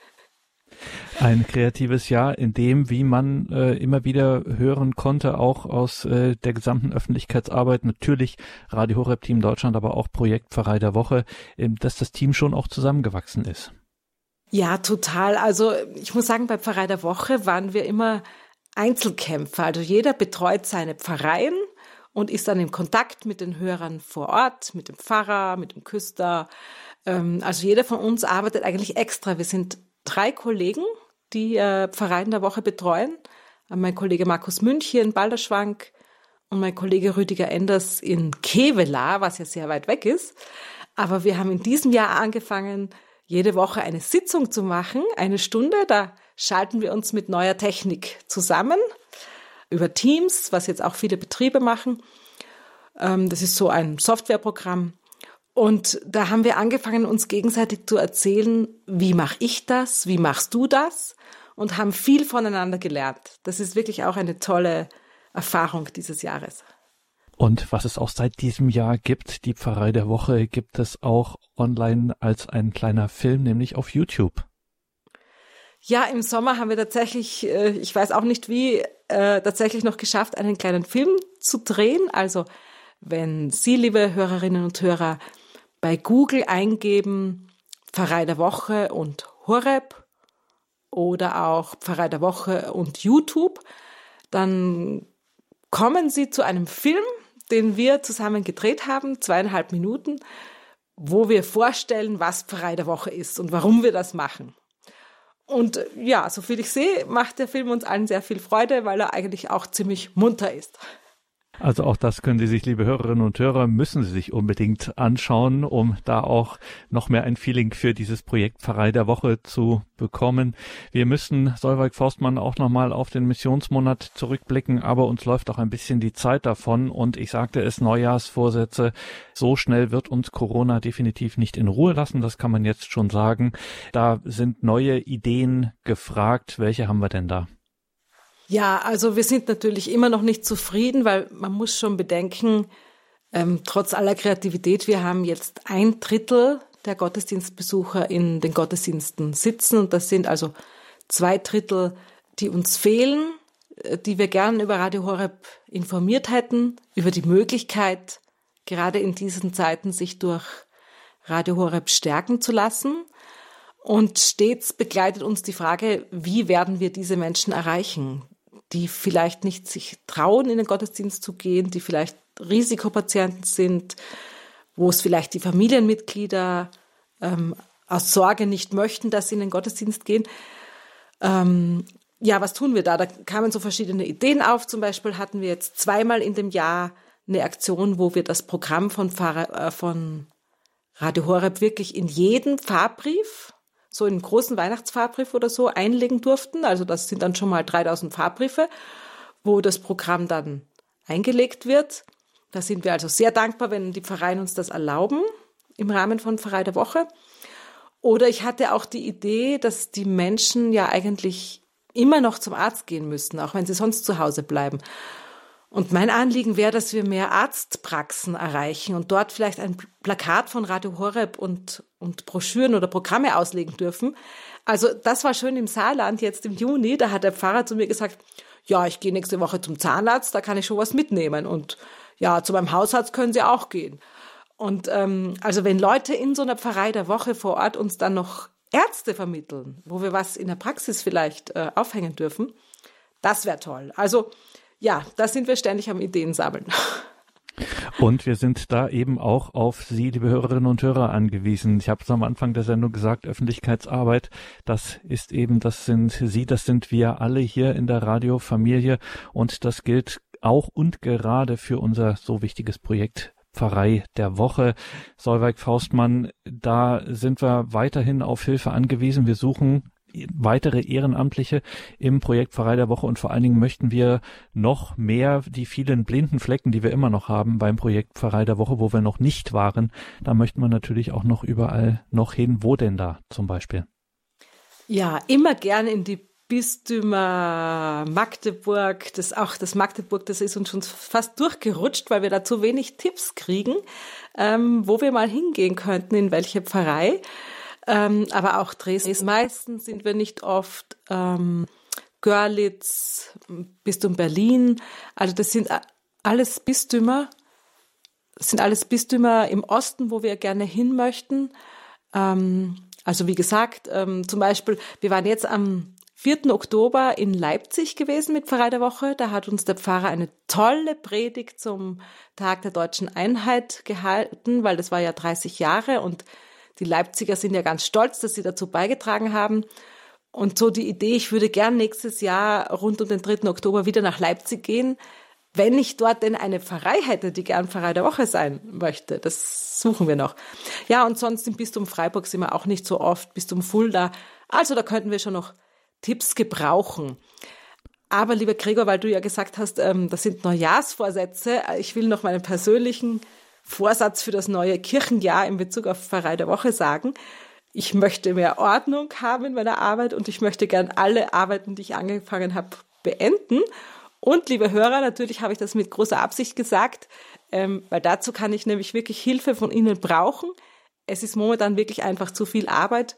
B: Ein kreatives Jahr, in dem, wie man immer wieder hören konnte, auch aus der gesamten Öffentlichkeitsarbeit, natürlich Radio Horeb Team Deutschland, aber auch Projekt Pfarrei der Woche, dass das Team schon auch zusammengewachsen ist.
D: Ja, total. Also ich muss sagen, bei Pfarrei der Woche waren wir immer Einzelkämpfer. Also jeder betreut seine Pfarreien und ist dann in Kontakt mit den Hörern vor Ort, mit dem Pfarrer, mit dem Küster. Also jeder von uns arbeitet eigentlich extra. Wir sind 3 Kollegen, die Pfarreien der Woche betreuen. Mein Kollege Markus Münch hier in Balderschwank und mein Kollege Rüdiger Enders in Kevela, was ja sehr weit weg ist. Aber wir haben in diesem Jahr angefangen, jede Woche eine Sitzung zu machen, 1 Stunde. Da schalten wir uns mit neuer Technik zusammen, über Teams, was jetzt auch viele Betriebe machen. Das ist so ein Softwareprogramm. Und da haben wir angefangen, uns gegenseitig zu erzählen, wie mache ich das, wie machst du das? Und haben viel voneinander gelernt. Das ist wirklich auch eine tolle Erfahrung dieses Jahres.
B: Und was es auch seit diesem Jahr gibt, die Pfarrei der Woche, gibt es auch online als ein kleiner Film, nämlich auf YouTube.
D: Ja, im Sommer haben wir tatsächlich, ich weiß auch nicht wie, tatsächlich noch geschafft, einen kleinen Film zu drehen. Also wenn Sie, liebe Hörerinnen und Hörer, bei Google eingeben Pfarrei der Woche und Horeb oder auch Pfarrei der Woche und YouTube, dann kommen Sie zu einem Film, den wir zusammen gedreht haben, 2,5 Minuten, wo wir vorstellen, was Pfarrei der Woche ist und warum wir das machen. Und ja, soviel ich sehe, macht der Film uns allen sehr viel Freude, weil er eigentlich auch ziemlich munter ist.
B: Also auch das können Sie sich, liebe Hörerinnen und Hörer, müssen Sie sich unbedingt anschauen, um da auch noch mehr ein Feeling für dieses Projekt Pfarrei der Woche zu bekommen. Wir müssen, Solveig Forstmann, auch nochmal auf den Missionsmonat zurückblicken, aber uns läuft auch ein bisschen die Zeit davon und ich sagte es, Neujahrsvorsätze, so schnell wird uns Corona definitiv nicht in Ruhe lassen, das kann man jetzt schon sagen. Da sind neue Ideen gefragt. Welche haben wir denn da?
D: Ja, also wir sind natürlich immer noch nicht zufrieden, weil man muss schon bedenken, trotz aller Kreativität, wir haben jetzt 1/3 der Gottesdienstbesucher in den Gottesdiensten sitzen und das sind also 2/3, die uns fehlen, die wir gerne über Radio Horeb informiert hätten, über die Möglichkeit, gerade in diesen Zeiten sich durch Radio Horeb stärken zu lassen. Und stets begleitet uns die Frage, wie werden wir diese Menschen erreichen, die vielleicht nicht sich trauen, in den Gottesdienst zu gehen, die vielleicht Risikopatienten sind, wo es vielleicht die Familienmitglieder aus Sorge nicht möchten, dass sie in den Gottesdienst gehen. Ja, was tun wir da? Da kamen so verschiedene Ideen auf. Zum Beispiel hatten wir jetzt 2-mal in dem Jahr eine Aktion, wo wir das Programm von Radio Horeb wirklich in jeden Pfarrbrief, so einen großen Weihnachtsfahrbrief oder so, einlegen durften. Also das sind dann schon mal 3000 Fahrbriefe, wo das Programm dann eingelegt wird. Da sind wir also sehr dankbar, wenn die Pfarreien uns das erlauben, im Rahmen von Pfarrei der Woche. Oder ich hatte auch die Idee, dass die Menschen ja eigentlich immer noch zum Arzt gehen müssen, auch wenn sie sonst zu Hause bleiben. Und mein Anliegen wäre, dass wir mehr Arztpraxen erreichen und dort vielleicht ein Plakat von Radio Horeb und Broschüren oder Programme auslegen dürfen. Also das war schön im Saarland jetzt im Juni. Da hat der Pfarrer zu mir gesagt, ja, ich gehe nächste Woche zum Zahnarzt, da kann ich schon was mitnehmen. Und ja, zu meinem Hausarzt können Sie auch gehen. Und also wenn Leute in so einer Pfarrei der Woche vor Ort uns dann noch Ärzte vermitteln, wo wir was in der Praxis vielleicht aufhängen dürfen, das wäre toll. Also ja, da sind wir ständig am Ideen sammeln.
B: Und wir sind da eben auch auf Sie, liebe Hörerinnen und Hörer, angewiesen. Ich habe es am Anfang der Sendung gesagt, Öffentlichkeitsarbeit, das sind Sie, das sind wir alle hier in der Radiofamilie. Und das gilt auch und gerade für unser so wichtiges Projekt Pfarrei der Woche. Solveig Faustmann, da sind wir weiterhin auf Hilfe angewiesen. Wir suchen weitere Ehrenamtliche im Projekt Pfarrei der Woche und vor allen Dingen möchten wir noch mehr die vielen blinden Flecken, die wir immer noch haben beim Projekt Pfarrei der Woche, wo wir noch nicht waren, da möchten wir natürlich auch noch überall noch hin. Wo denn da zum Beispiel?
D: Ja, immer gern in die Bistümer Magdeburg, das Magdeburg, das ist uns schon fast durchgerutscht, weil wir da zu wenig Tipps kriegen, wo wir mal hingehen könnten, in welche Pfarrei. Aber auch Dresden. Meistens sind wir nicht oft. Görlitz, Bistum Berlin. Also das sind alles Bistümer. Im Osten, wo wir gerne hin möchten. Also wie gesagt, zum Beispiel, wir waren jetzt am 4. Oktober in Leipzig gewesen mit Pfarrei der Woche. Da hat uns der Pfarrer eine tolle Predigt zum Tag der Deutschen Einheit gehalten, weil das war ja 30 Jahre und die Leipziger sind ja ganz stolz, dass sie dazu beigetragen haben. Und so die Idee, ich würde gern nächstes Jahr rund um den 3. Oktober wieder nach Leipzig gehen, wenn ich dort denn eine Pfarrei hätte, die gern Pfarrei der Woche sein möchte. Das suchen wir noch. Ja, und sonst im Bistum Freiburg sind wir auch nicht so oft, Bistum Fulda. Also da könnten wir schon noch Tipps gebrauchen. Aber lieber Gregor, weil du ja gesagt hast, das sind Neujahrsvorsätze, ich will noch meinen persönlichen Vorsatz für das neue Kirchenjahr in Bezug auf Pfarrei der Woche sagen. Ich möchte mehr Ordnung haben in meiner Arbeit und ich möchte gern alle Arbeiten, die ich angefangen habe, beenden. Und liebe Hörer, natürlich habe ich das mit großer Absicht gesagt, weil dazu kann ich nämlich wirklich Hilfe von Ihnen brauchen. Es ist momentan wirklich einfach zu viel Arbeit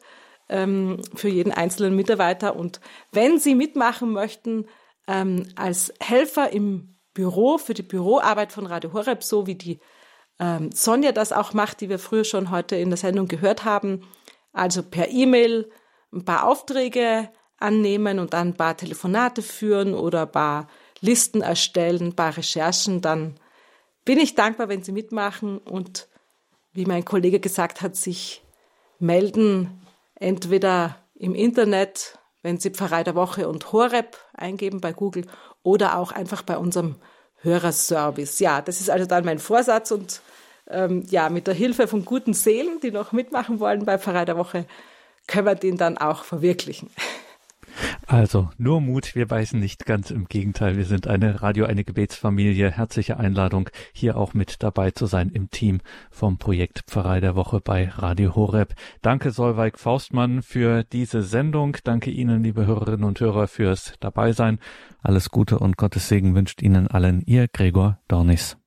D: für jeden einzelnen Mitarbeiter. Und wenn Sie mitmachen möchten, als Helfer im Büro, für die Büroarbeit von Radio Horeb, so wie die Sonja das auch macht, die wir früher schon heute in der Sendung gehört haben, also per E-Mail ein paar Aufträge annehmen und dann ein paar Telefonate führen oder ein paar Listen erstellen, ein paar Recherchen, dann bin ich dankbar, wenn Sie mitmachen und, wie mein Kollege gesagt hat, sich melden, entweder im Internet, wenn Sie Pfarrei der Woche und Horeb eingeben bei Google oder auch einfach bei unserem Hörerservice. Ja, das ist also dann mein Vorsatz und mit der Hilfe von guten Seelen, die noch mitmachen wollen bei Pfarrei der Woche, können wir den dann auch verwirklichen.
B: Also nur Mut, wir beißen nicht, ganz im Gegenteil. Wir sind eine Gebetsfamilie. Herzliche Einladung, hier auch mit dabei zu sein im Team vom Projekt Pfarrei der Woche bei Radio Horeb. Danke Solveig Faustmann für diese Sendung. Danke Ihnen, liebe Hörerinnen und Hörer, fürs Dabeisein. Alles Gute und Gottes Segen wünscht Ihnen allen Ihr Gregor Dornis.